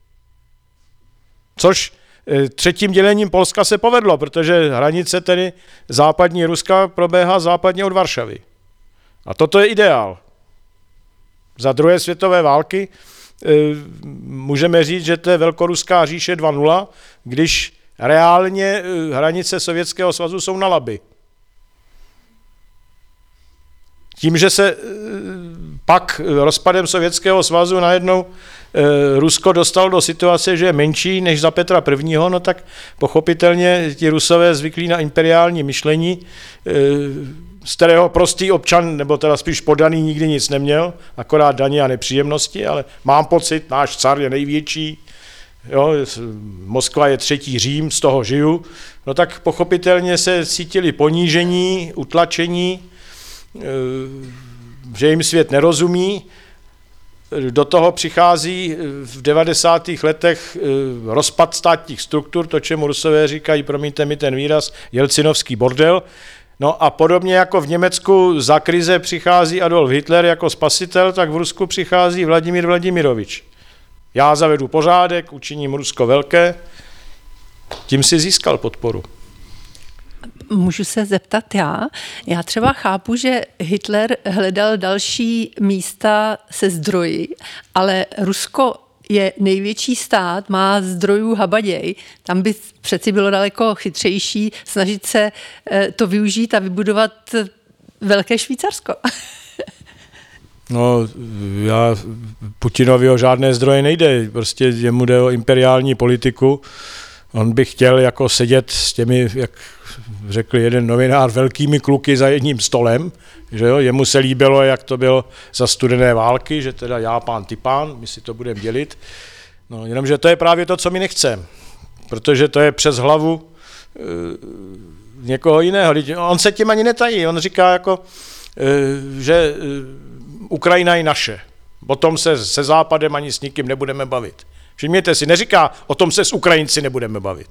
Což třetím dělením Polska se povedlo, protože hranice tedy západní Ruska probéhá západně od Varšavy. A toto je ideál. Za druhé světové války můžeme říct, že to je Velkoruská říše 2.0, když reálně hranice Sovětského svazu jsou na Labi. Tím, že se pak rozpadem Sovětského svazu najednou Rusko dostalo do situace, že je menší než za Petra I., no tak pochopitelně ti Rusové zvyklí na imperiální myšlení, z kterého prostý občan, nebo teda spíš podaný, nikdy nic neměl, akorát daně a nepříjemnosti, ale mám pocit, náš car je největší, jo, Moskva je 3. Řím, z toho žiju, no tak pochopitelně se cítili ponížení, utlačení, že jim svět nerozumí do toho přichází v 90. letech rozpad státních struktur, to, čemu Rusové říkají, promiňte mi ten výraz, jelcinovský bordel. No a podobně jako v Německu za krize přichází Adolf Hitler jako spasitel, tak v Rusku přichází Vladimír Vladimirovič. Já zavedu pořádek, učiním Rusko velké, tím si získal podporu. Můžu se zeptat já? Já třeba chápu, že Hitler hledal další místa se zdroji, ale Rusko je největší stát, má zdrojů habaděj. Tam by přeci bylo daleko chytřejší snažit se to využít a vybudovat velké Švýcarsko. No, Putinovi o žádné zdroje nejde, prostě jemu jde o imperiální politiku. On by chtěl jako sedět s těmi, jak řekl jeden novinár, velkými kluky za jedním stolem, že jo? Jemu se líbilo, jak to bylo za studené války, že teda já pán, ty pán, my si to budeme dělit. No, jenomže to je právě to, co my nechceme, protože to je přes hlavu někoho jiného. On se tím ani netají, on říká jako, že Ukrajina je naše, o tom se Západem ani s nikým nebudeme bavit. Všimněte si, neříká, o tom se s Ukrajinci nebudeme bavit.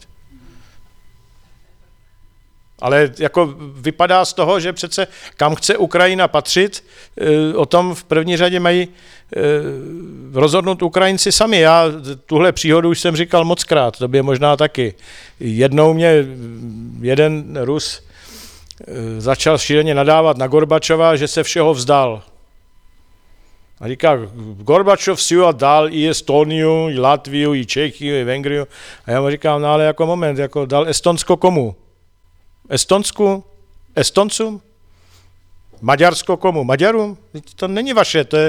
Ale jako vypadá z toho, že přece kam chce Ukrajina patřit, o tom v první řadě mají rozhodnout Ukrajinci sami. Já tuhle příhodu už jsem říkal mockrát, to by je možná taky. Jednou mě jeden Rus začal šíleně nadávat na Gorbačova, že se všeho vzdal. A říká, Gorbačov si dal i Estoniu, i Latviu, i Čechy, i Vengriu. A já mu říkám, no ale jako moment, jako dal Estonsko komu? Estonsku? Estoncům? Maďarsko komu? Maďarům? To není vaše, to je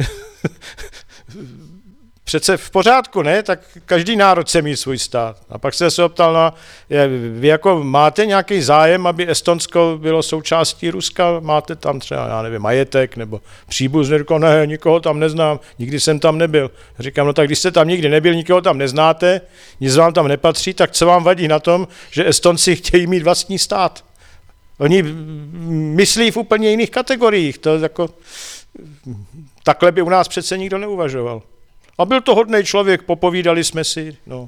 přece v pořádku, ne? Tak každý národ chce mít svůj stát. A pak se optal, no, vy jako máte nějaký zájem, aby Estonsko bylo součástí Ruska? Máte tam třeba, já nevím, majetek nebo příbuzný? Říkal, ne, nikoho tam neznám, nikdy jsem tam nebyl. Říkám, no tak když jste tam nikdy nebyl, nikoho tam neznáte, nic vám tam nepatří, tak co vám vadí na tom, že Estonci chtějí mít vlastní stát? Oni myslí v úplně jiných kategoriích. To jako, takhle by u nás přece nikdo neuvažoval. A byl to hodnej člověk, popovídali jsme si. No.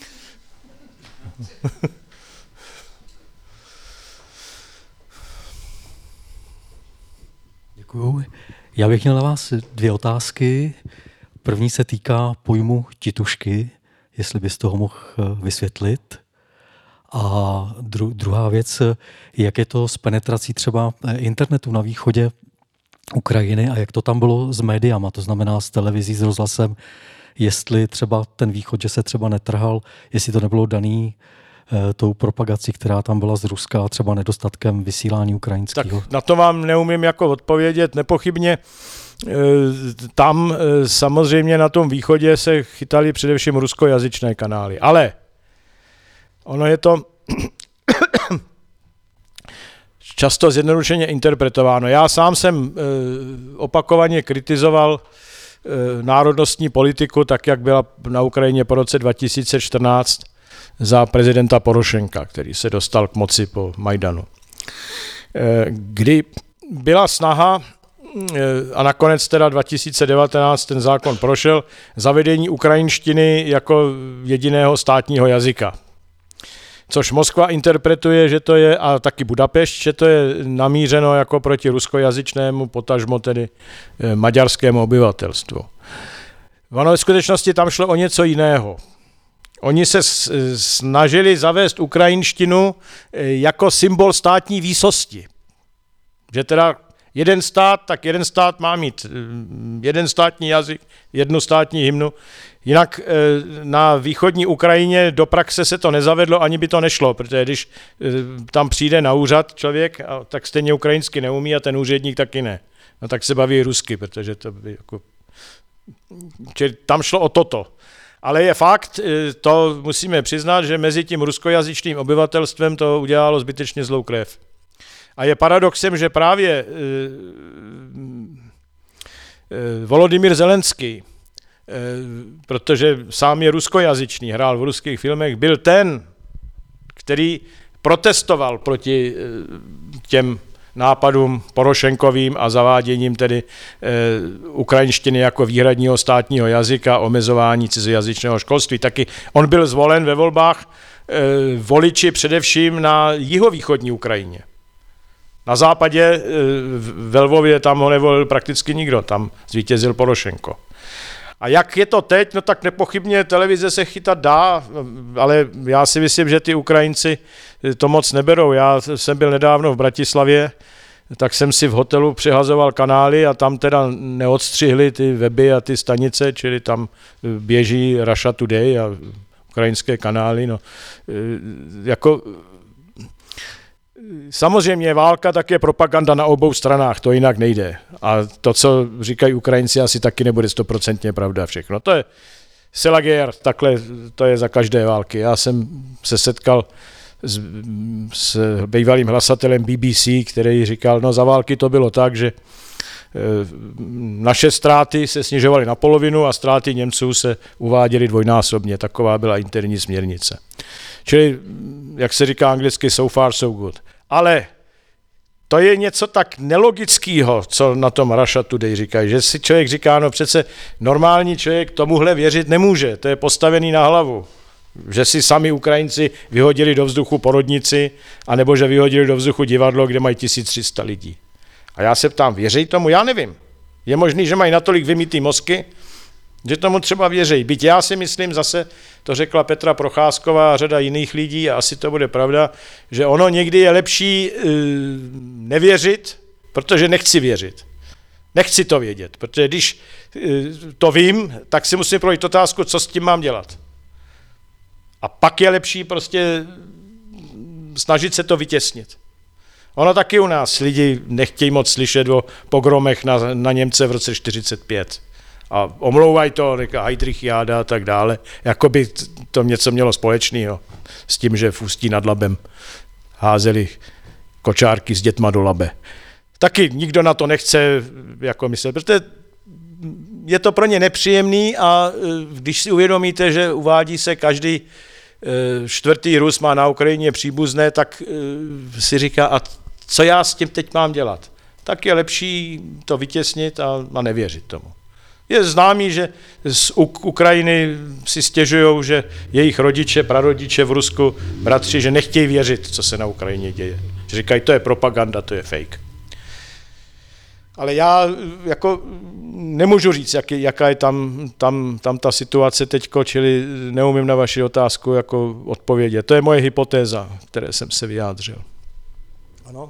Děkuju. Já bych měl na vás 2 otázky. První se týká pojmu titušky, jestli byste ho mohl vysvětlit. A druhá věc, jak je to s penetrací třeba internetu na východě Ukrajiny a jak to tam bylo s médiama, to znamená s televizí, s rozhlasem, jestli třeba ten východ, že se třeba netrhal, jestli to nebylo daný tou propagací, která tam byla z Ruska a třeba nedostatkem vysílání ukrajinského. Tak na to vám neumím jako odpovědět, nepochybně. Tam samozřejmě na tom východě se chytali především ruskojazyčné kanály, ale ono je to často zjednodušeně interpretováno. Já sám jsem opakovaně kritizoval národnostní politiku, tak jak byla na Ukrajině po roce 2014 za prezidenta Porošenka, který se dostal k moci po Majdanu. Kdy byla snaha, a nakonec teda 2019 ten zákon prošel, zavedení ukrajinštiny jako jediného státního jazyka. Což Moskva interpretuje, že to je, a taky Budapešť, že to je namířeno jako proti ruskojazyčnému, potažmo tedy maďarskému obyvatelstvu. Ono ve skutečnosti tam šlo o něco jiného. Oni se snažili zavést ukrajinštinu jako symbol státní výsosti. Že teda jeden stát má mít jeden státní jazyk, jednu státní hymnu. Jinak na východní Ukrajině do praxe se to nezavedlo, ani by to nešlo, protože když tam přijde na úřad člověk, tak stejně ukrajinsky neumí a ten úředník taky ne. No tak se baví rusky, protože to by jako... Tam šlo o toto. Ale je fakt, to musíme přiznat, že mezi tím ruskojazyčným obyvatelstvem to udělalo zbytečně zlou krev. A je paradoxem, že právě Volodymyr Zelenský, protože sám je ruskojazyčný, hrál v ruských filmech, byl ten, který protestoval proti těm nápadům Porošenkovým a zaváděním tedy ukrajinštiny jako výhradního státního jazyka, omezování cizojazyčného školství. Taky on byl zvolen ve volbách voliči především na jihovýchodní Ukrajině. Na západě ve Lvově tam ho nevolil prakticky nikdo, tam zvítězil Porošenko. A jak je to teď, no tak nepochybně televize se chytat dá, ale já si myslím, že ty Ukrajinci to moc neberou. Já jsem byl nedávno v Bratislavě, tak jsem si v hotelu přehazoval kanály a tam teda neodstřihli ty weby a ty stanice, čili tam běží Russia Today a ukrajinské kanály. No. Jako samozřejmě válka tak je propaganda na obou stranách, to jinak nejde. A to, co říkají Ukrajinci, asi taky nebude 100% pravda všechno. To je Selagier, takhle to je za každé války. Já jsem se setkal s bývalým hlasatelem BBC, který říkal, no za války to bylo tak, že naše ztráty se snižovaly na polovinu a ztráty Němců se uváděly dvojnásobně. Taková byla interní směrnice. Čili, jak se říká anglicky, so far so good. Ale to je něco tak nelogického, co na tom Russia Today říkají, že si člověk říká, no přece normální člověk tomuhle věřit nemůže, to je postavený na hlavu. Že si sami Ukrajinci vyhodili do vzduchu porodnici, anebo že vyhodili do vzduchu divadlo, kde mají 1300 lidí. A já se ptám, věří tomu? Já nevím. Je možný, že mají natolik vymytý mozky, že tomu třeba věří. Byť já si myslím, zase to řekla Petra Procházková a řada jiných lidí, a asi to bude pravda, že ono někdy je lepší nevěřit, protože nechci věřit. Nechci to vědět, protože když to vím, tak si musím projít otázku, co s tím mám dělat. A pak je lepší prostě snažit se to vytěsnit. Ono taky u nás lidi nechtějí moc slyšet o pogromech na Němce v roce 1945. A omlouvají to, říká Heydrich Jáda a tak dále, jako by to něco mělo společného s tím, že v Ústí nad Labem házeli kočárky s dětma do Labe. Taky nikdo na to nechce jako myslet, protože je to pro ně nepříjemný a když si uvědomíte, že uvádí se každý čtvrtý Rus má na Ukrajině příbuzné, tak si říká, a co já s tím teď mám dělat? Tak je lepší to vytěsnit a nevěřit tomu. Je známý, že z Ukrajiny si stěžují, že jejich rodiče, prarodiče v Rusku, bratři, že nechtějí věřit, co se na Ukrajině děje. Že říkají, to je propaganda, to je fake. Ale já jako nemůžu říct, jaká je tam ta situace teďko, čili neumím na vaši otázku jako odpovědět. To je moje hypotéza, které jsem se vyjádřil. Ano?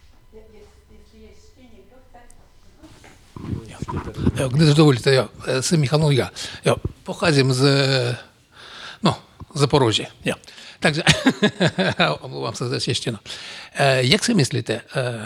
Když dovolíte, jsem Michal Nojga. Pocházím z Запорожжя. Takže, omlouvám se za češtinu. Jak si myslíte,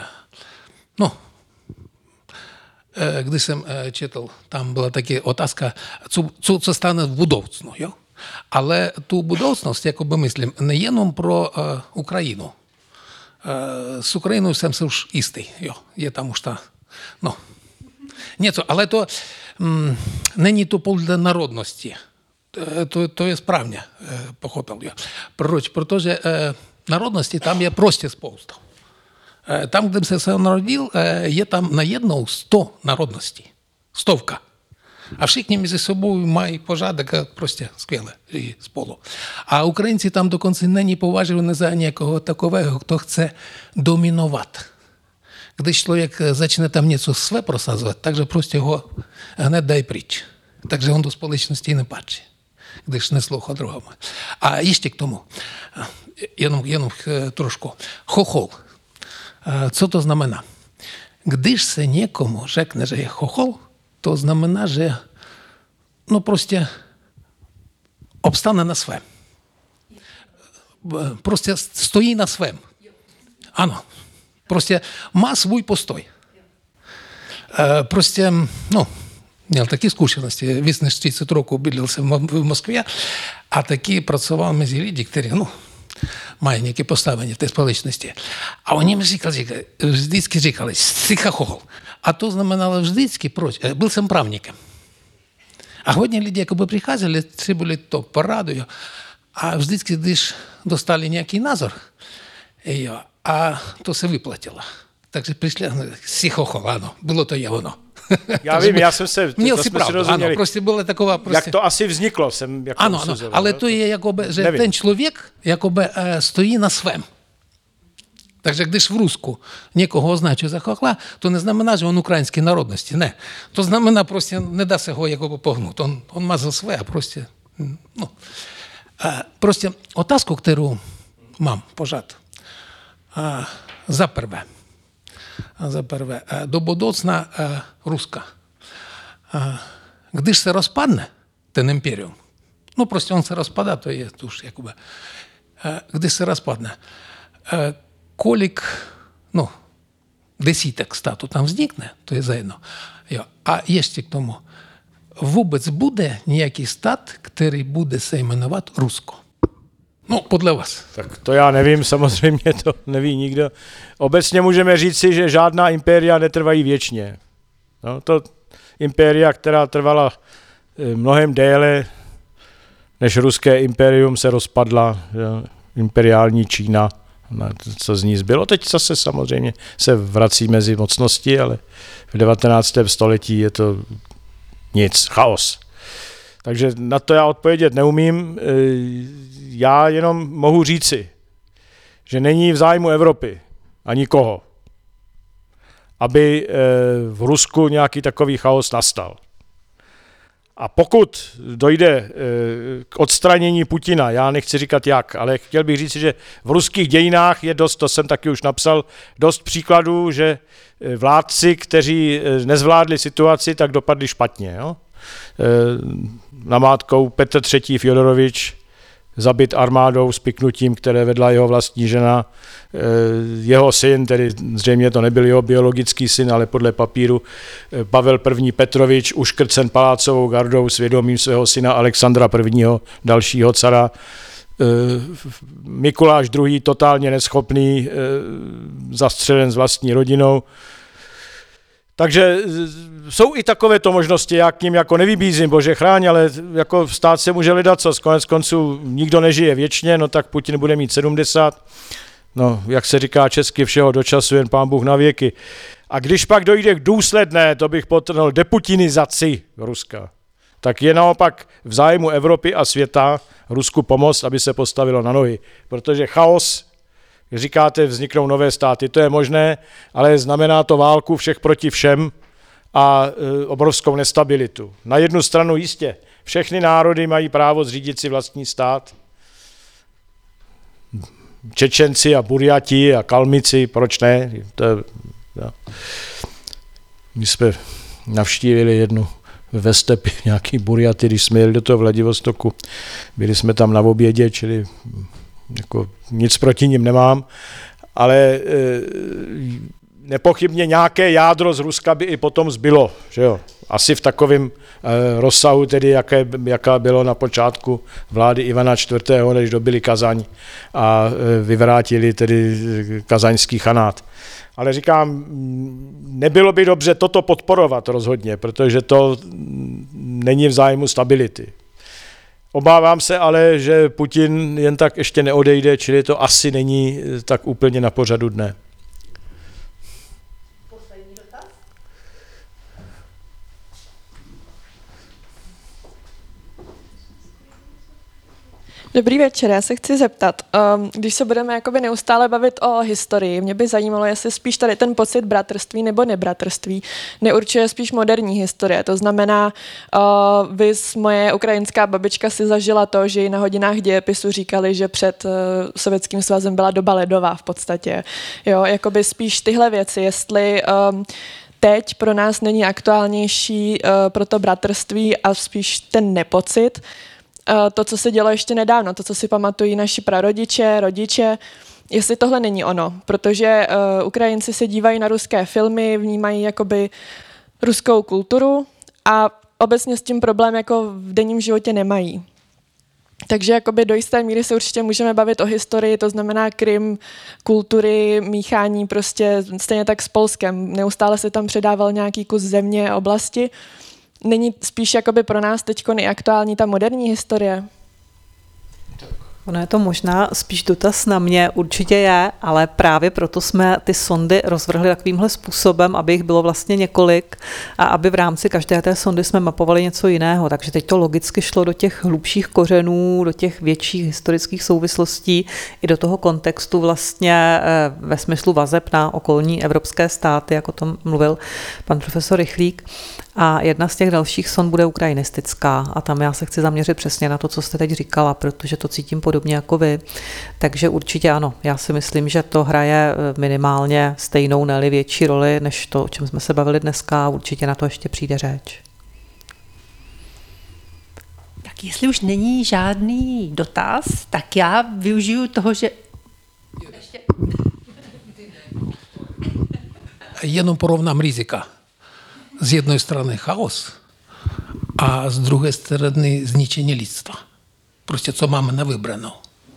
když jsem četl, tam byla taky otázka, co stane v budoucnu, jo? Ale tu budoucnost, jakoby myslím, nejenom pro Ukrajinu. З Україною jsem se už jistý, jo, je tam už ta, něco, ale to není to podle národnosti. To je správně, pochopil já. Proč? Protože národnosti tam je prostě spousta. Tam, kde jsem se narodil, je tam najednou 100 národností. 100. A všichni mezi sebou mají pořádek prostě skvěle spolu. A Ukrajinci tam dokonce není považovaní za někoho takového, kdo chce dominovat. Když člověk začne tam něco své prosazovat, takže prostě ho hned dají pryč. Takže on do společnosti nepatří, když neslouchá druhому. A ještě k tomu, jenom trošku, chochol. Co to znamená? Když se někomu řekne, že je chochol, to znamená, že prostě obstane na svém. Prostě stojí na svém. Ano. Prostě má svůj postoj. Prostě, měl taky zkušenosti. Víc než 30 років bydlel jsem v Moskvě a taky pracoval mezi lidi, kteří, mají nějaké postavení v té společnosti. A oni mi vždycky říkali, jsi chochol. A to znamenalo vždycky, proč? Byl jsem právníkem. A hodně lidí přicházeli, třeba to poradою, a vždycky, když dostali nějaký názor, a to se vyplatilo. takže přišli, sichochol, ano, bylo to je ono. Já vím, já jsem se... Měl si pravdu, ano, prostě byla taková... Prostě... Jak to asi vzniklo, jsem jako ano, ale to je jakoby, že nevím. Ten člověk jakoby stojí na svém. Takže když v Rusku někoho označují za chохла, to neznamená, že on ukrajinské národnosti, ne. To znamená prostě, nedá se ho jakoby pohnout. On má za své, prostě... No. Prostě otázku, kterou mám pořád. Za prvé, do budoucna Ruska. Když se rozpadne ten imperium, no prostě on se rozpadá, to je už jakoby, když se rozpadne, kolik, no, desítek států tam vznikne, to je zajedno. Jo. A ještě k tomu, vůbec bude nějaký stát, který bude se jmenovat Rusko? No, podle vás. Tak to já nevím, samozřejmě to neví nikdo. Obecně můžeme říci, že žádná impéria netrvají věčně. No, to impéria, která trvala mnohem déle, než ruské impérium se rozpadla, imperiální Čína, co z ní zbylo. Teď zase samozřejmě se vrací mezi mocnosti, ale v 19. století je to nic, chaos. Takže na to já odpovědět neumím. Já jenom mohu říci, že není v zájmu Evropy a nikoho, aby v Rusku nějaký takový chaos nastal. A pokud dojde k odstranění Putina, já nechci říkat jak, ale chtěl bych říct, že v ruských dějinách je dost, to jsem taky už napsal, dost příkladů, že vládci, kteří nezvládli situaci, tak dopadli špatně. Jo? Namátkou Petr III. Fjodorovič, zabit armádou s piknutím, které vedla jeho vlastní žena. Jeho syn, tedy zřejmě to nebyl jeho biologický syn, ale podle papíru Pavel I. Petrovič, uškrcen palácovou gardou svědomím svého syna Alexandra I., dalšího cara. Mikuláš II. Totálně neschopný, zastřelen s vlastní rodinou. Takže jsou i takovéto možnosti, já k ním jako nevybízím, bože chráň, ale jako stát se může ledacos, konec konců nikdo nežije věčně, no tak Putin bude mít 70, no jak se říká česky, všeho do času, jen pán Bůh na věky. A když pak dojde k důsledné, to bych podtrhnul, deputinizaci Ruska, tak je naopak v zájmu Evropy a světa Rusku pomoct, aby se postavilo na nohy, protože chaos, říkáte, vzniknou nové státy, to je možné, ale znamená to válku všech proti všem a obrovskou nestabilitu. Na jednu stranu jistě, všechny národy mají právo zřídit si vlastní stát. Čečenci a Burjati a Kalmici, proč ne? My jsme navštívili jednu ve stepi nějaký Burjaty, když jsme jeli do toho Vladivostoku. Byli jsme tam na obědě, čili jako nic proti nim nemám, ale nepochybně nějaké jádro z Ruska by i potom zbylo, že jo? Asi v takovém rozsahu, tedy jaká bylo na počátku vlády Ivana IV., než dobili Kazaň a vyvrátili tedy kazaňský chanát. Ale říkám, nebylo by dobře toto podporovat rozhodně, protože to není v zájmu stability. Obávám se ale, že Putin jen tak ještě neodejde, čili to asi není tak úplně na pořadu dne. Poslední dotaz? Dobrý večer, já se chci zeptat, když se budeme jakoby neustále bavit o historii, mě by zajímalo, jestli spíš tady ten pocit bratrství nebo nebratrství neurčuje spíš moderní historie. To znamená, moje ukrajinská babička si zažila to, že jí na hodinách dějepisu říkali, že před Sovětským svazem byla doba ledová v podstatě. Jo, jakoby spíš tyhle věci, jestli teď pro nás není aktuálnější pro to bratrství a spíš ten nepocit, to, co se dělo ještě nedávno, to, co si pamatují naši prarodiče, rodiče, jestli tohle není ono, protože Ukrajinci se dívají na ruské filmy, vnímají jakoby ruskou kulturu a obecně s tím problém jako v denním životě nemají. Takže jakoby do jisté míry se určitě můžeme bavit o historii, to znamená Krym, kultury, míchání prostě stejně tak s Polskem. Neustále se tam předával nějaký kus země, oblasti. Není spíš jakoby pro nás teď nejaktuální ta moderní historie? Ono je to možná spíš dotaz na mě, určitě je, ale právě proto jsme ty sondy rozvrhli takovýmhle způsobem, aby jich bylo vlastně několik a aby v rámci každé té sondy jsme mapovali něco jiného. Takže teď to logicky šlo do těch hlubších kořenů, do těch větších historických souvislostí i do toho kontextu vlastně ve smyslu vazeb na okolní evropské státy, jak o tom mluvil pan profesor Rychlík. A jedna z těch dalších sond bude ukrajinistická a tam já se chci zaměřit přesně na to, co jste teď říkala, protože to cítím podobně jako vy. Takže určitě ano, já si myslím, že to hraje minimálně stejnou, ne-li větší roli, než to, o čem jsme se bavili dneska, určitě na to ještě přijde řeč. Tak jestli už není žádný dotaz, tak já využiju toho, že... Jenom porovnám rizika. Z jednej strany chaos, a z druhej strany zničenie lidstva. Prostě co máme na vybranou.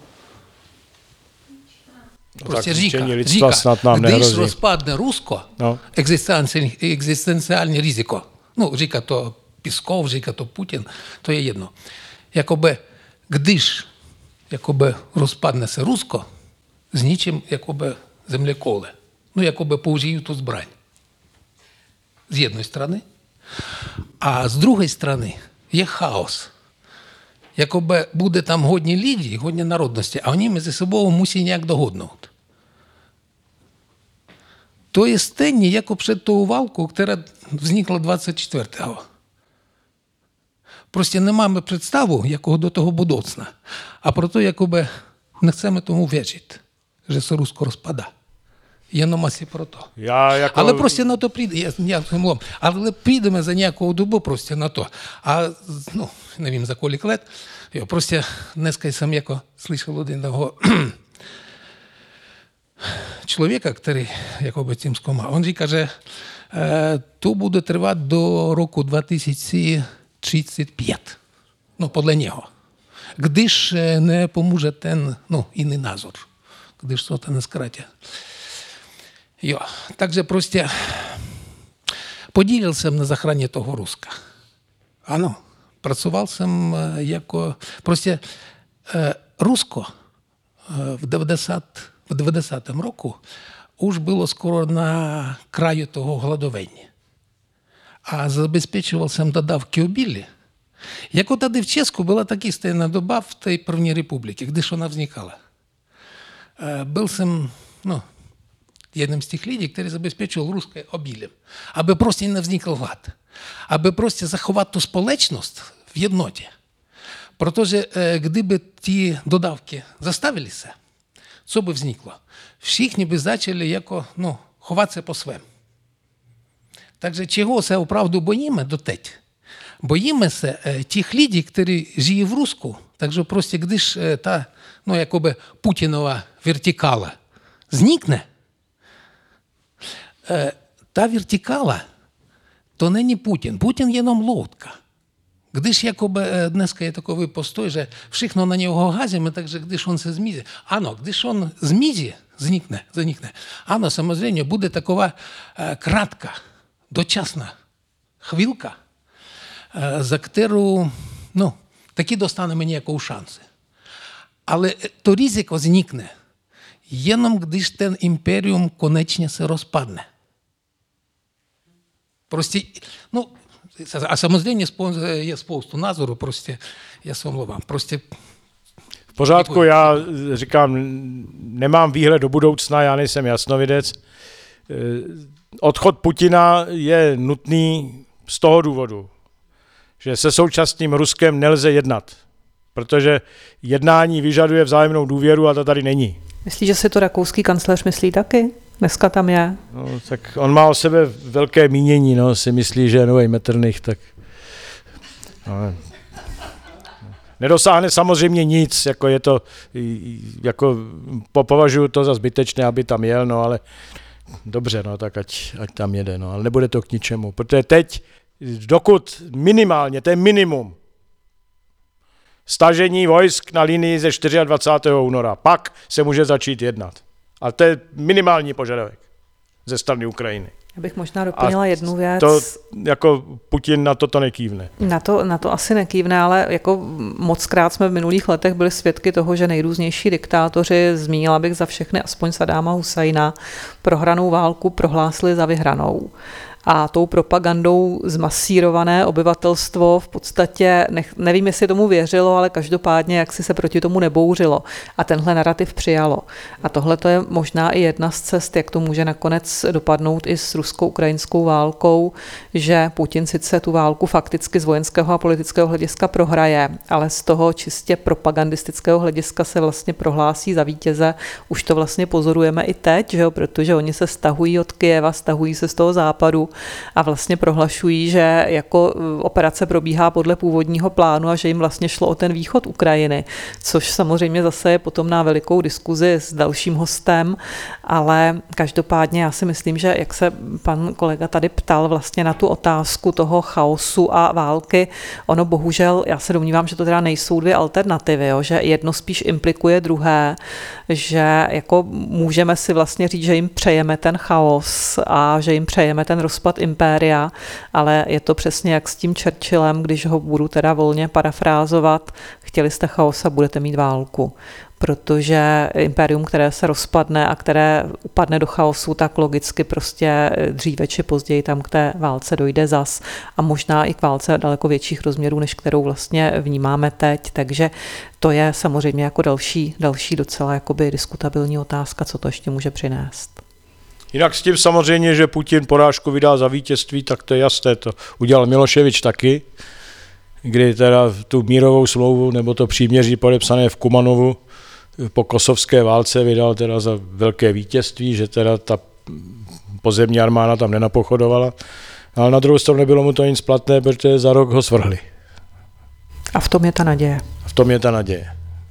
Prostě říká, když rozpadne Rusko, existenciální riziko, no říká to Peskov, říká to Putin, to je jedno. Jakoby, když jakoby rozpadne se Rusko, zničím jakoby землеколи. Ну, jakoby použijí tu zbraň. Z jednej strany. A z druhej strany je chaos. Jakoby буде там hodně lidí, hodně národnosti, a oni mezi sebou musí nějak dohodnout. To je stejně jako před tou válkou, která vznikla 24. Prostě nemáme představu, якого до того budoucna. A proto jakoby nechceme tomu věřit, že se Rusko rozpadá. Jenom asi proto. Ale prostě na to přijde, ale přijdeme za nějakou dobu prostě na to. A no, nevím za kolik let, jo, prostě dneska jsem jako slyšel od jednoho člověka, který jakoby tím zkoumal. On říká, že to bude trvat do roku 2035. No, podle něho. Když ne pomůže ten, no, jiný názor. Když se to neskratí. Jo, takže prostě podílel jsem na zachraně toho Ruska. Ano, pracoval jsem jako, prostě Rusko v 90. roku už bylo skoro na краю toho hladovení. A zabezpečoval jsem dodávky obilí. Jako tady v Česku byla taky stejná doba v té první republice, když ona vznikala. Byl jsem, no, jedním z těch lidí, který zabezpečil ruské obilím, aby prostě nevznikl hlad, aby prostě zachovat tu společnost v jednotě. Protože kdyby ty dodávky zastavili se, co by vzniklo? Všichni by začали jako, no, ховатися по своєму. Takže čeho se opravdu bojíme doteď? Bojíme se těch lidí, kteří žijí v Rusku. Takže prostě když ta, no, jakoby Putinova vertikala znikne, ta vertikala, to není Putin. Putin jenom loutka. Když jakoby dneska je takový postoj, že všechno na něho házíme, takže když on se zmizí. Ano, když on zmizí, zanikne. Ano, samozřejmě bude taková krátká, dočasná chvílka, za kterou, no, taky dostaneme nějakou šanci. Ale to riziko znikne, jenom když ten imperium konečně se rozpadne. Prostě, no, a samozřejmě je spoustu názorů, prostě, já se omlouvám, prostě. V pořádku, děkuji. Já říkám, nemám výhled do budoucna, já nejsem jasnovidec. Odchod Putina je nutný z toho důvodu, že se současným Ruskem nelze jednat, protože jednání vyžaduje vzájemnou důvěru a ta tady není. Myslíš, že si to rakouský kancléř myslí taky? Dneska tam je. No, tak on má o sebe velké mínění, no, si myslí, že je nový Metternich, tak no, nedosáhne samozřejmě nic, jako je to, jako považuji to za zbytečné, aby tam jel, no, ale dobře, no, tak ať tam jede, no, ale nebude to k ničemu, protože teď, dokud minimálně, to je minimum, stažení vojsk na linii ze 24. února, pak se může začít jednat. Ale to je minimální požadavek ze strany Ukrajiny. Já bych možná doplnila jednu věc. To jako Putin na to nekývne. Na to asi nekývne, ale jako mockrát jsme v minulých letech byli svědky toho, že nejrůznější diktátoři, zmínila bych za všechny aspoň Sadáma Husajna, prohranou válku prohlásili za vyhranou. A tou propagandou zmasírované obyvatelstvo v podstatě, nevím, jestli tomu věřilo, ale každopádně jak si se proti tomu nebouřilo. A tenhle narrativ přijalo. A tohle to je možná i jedna z cest, jak to může nakonec dopadnout i s rusko-ukrajinskou válkou, že Putin sice tu válku fakticky z vojenského a politického hlediska prohraje, ale z toho čistě propagandistického hlediska se vlastně prohlásí za vítěze. Už to vlastně pozorujeme i teď, že jo? Protože oni se stahují od Kyjeva, stahují se z toho západu a vlastně prohlašují, že jako operace probíhá podle původního plánu a že jim vlastně šlo o ten východ Ukrajiny, což samozřejmě zase je potom na velikou diskuzi s dalším hostem, ale každopádně já si myslím, že jak se pan kolega tady ptal vlastně na tu otázku toho chaosu a války, ono bohužel, já se domnívám, že to teda nejsou dvě alternativy, jo? Že jedno spíš implikuje druhé, že jako můžeme si vlastně říct, že jim přejeme ten chaos a že jim přejeme ten rozpad impéria, ale je to přesně jak s tím Churchillem, když ho budu teda volně parafrázovat, chtěli jste chaos a budete mít válku. Protože impérium, které se rozpadne a které upadne do chaosu, tak logicky prostě dříve či později tam k té válce dojde zas a možná i k válce daleko větších rozměrů, než kterou vlastně vnímáme teď. Takže to je samozřejmě jako další docela jakoby diskutabilní otázka, co to ještě může přinést. Jinak s tím samozřejmě, že Putin porážku vydá za vítězství, tak to je jasné. To udělal Miloševič taky, kdy teda tu mírovou smlouvu nebo to příměří podepsané v Kumanovu po kosovské válce vydal teda za velké vítězství, že teda ta pozemní armáda tam nenapochodovala. Ale na druhou stranu nebylo mu to nic platné, protože za rok ho svrhli. A v tom je ta naděje.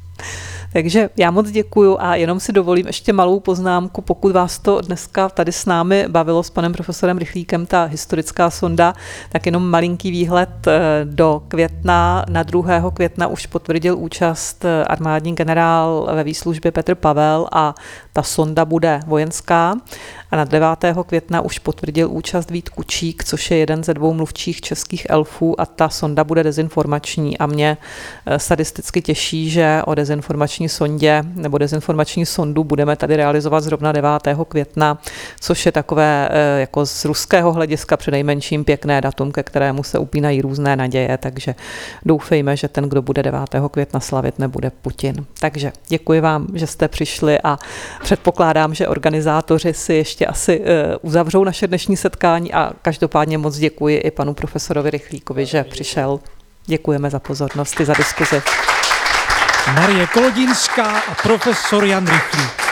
Takže já moc děkuju a jenom si dovolím ještě malou poznámku, pokud vás to dneska tady s námi bavilo s panem profesorem Rychlíkem, ta historická sonda, tak jenom malinký výhled do května. Na 2. května už potvrdil účast armádní generál ve výslužbě Petr Pavel a ta sonda bude vojenská. A na 9. května už potvrdil účast Vít Kučík, což je jeden ze 2 mluvčích českých elfů a ta sonda bude dezinformační a mě sadisticky těší, že o dezinformační sondě nebo dezinformační sondu budeme tady realizovat zrovna 9. května, což je takové jako z ruského hlediska přinejmenším pěkné datum, ke kterému se upínají různé naděje, takže doufejme, že ten, kdo bude 9. května slavit, nebude Putin. Takže děkuji vám, že jste přišli a předpokládám, že organizátoři si ještě asi uzavřou naše dnešní setkání a každopádně moc děkuji i panu profesorovi Rychlíkovi, že přišel. Děkujeme za pozornost i za diskuzi. Marie Kolodinská a profesor Jan Rychlík.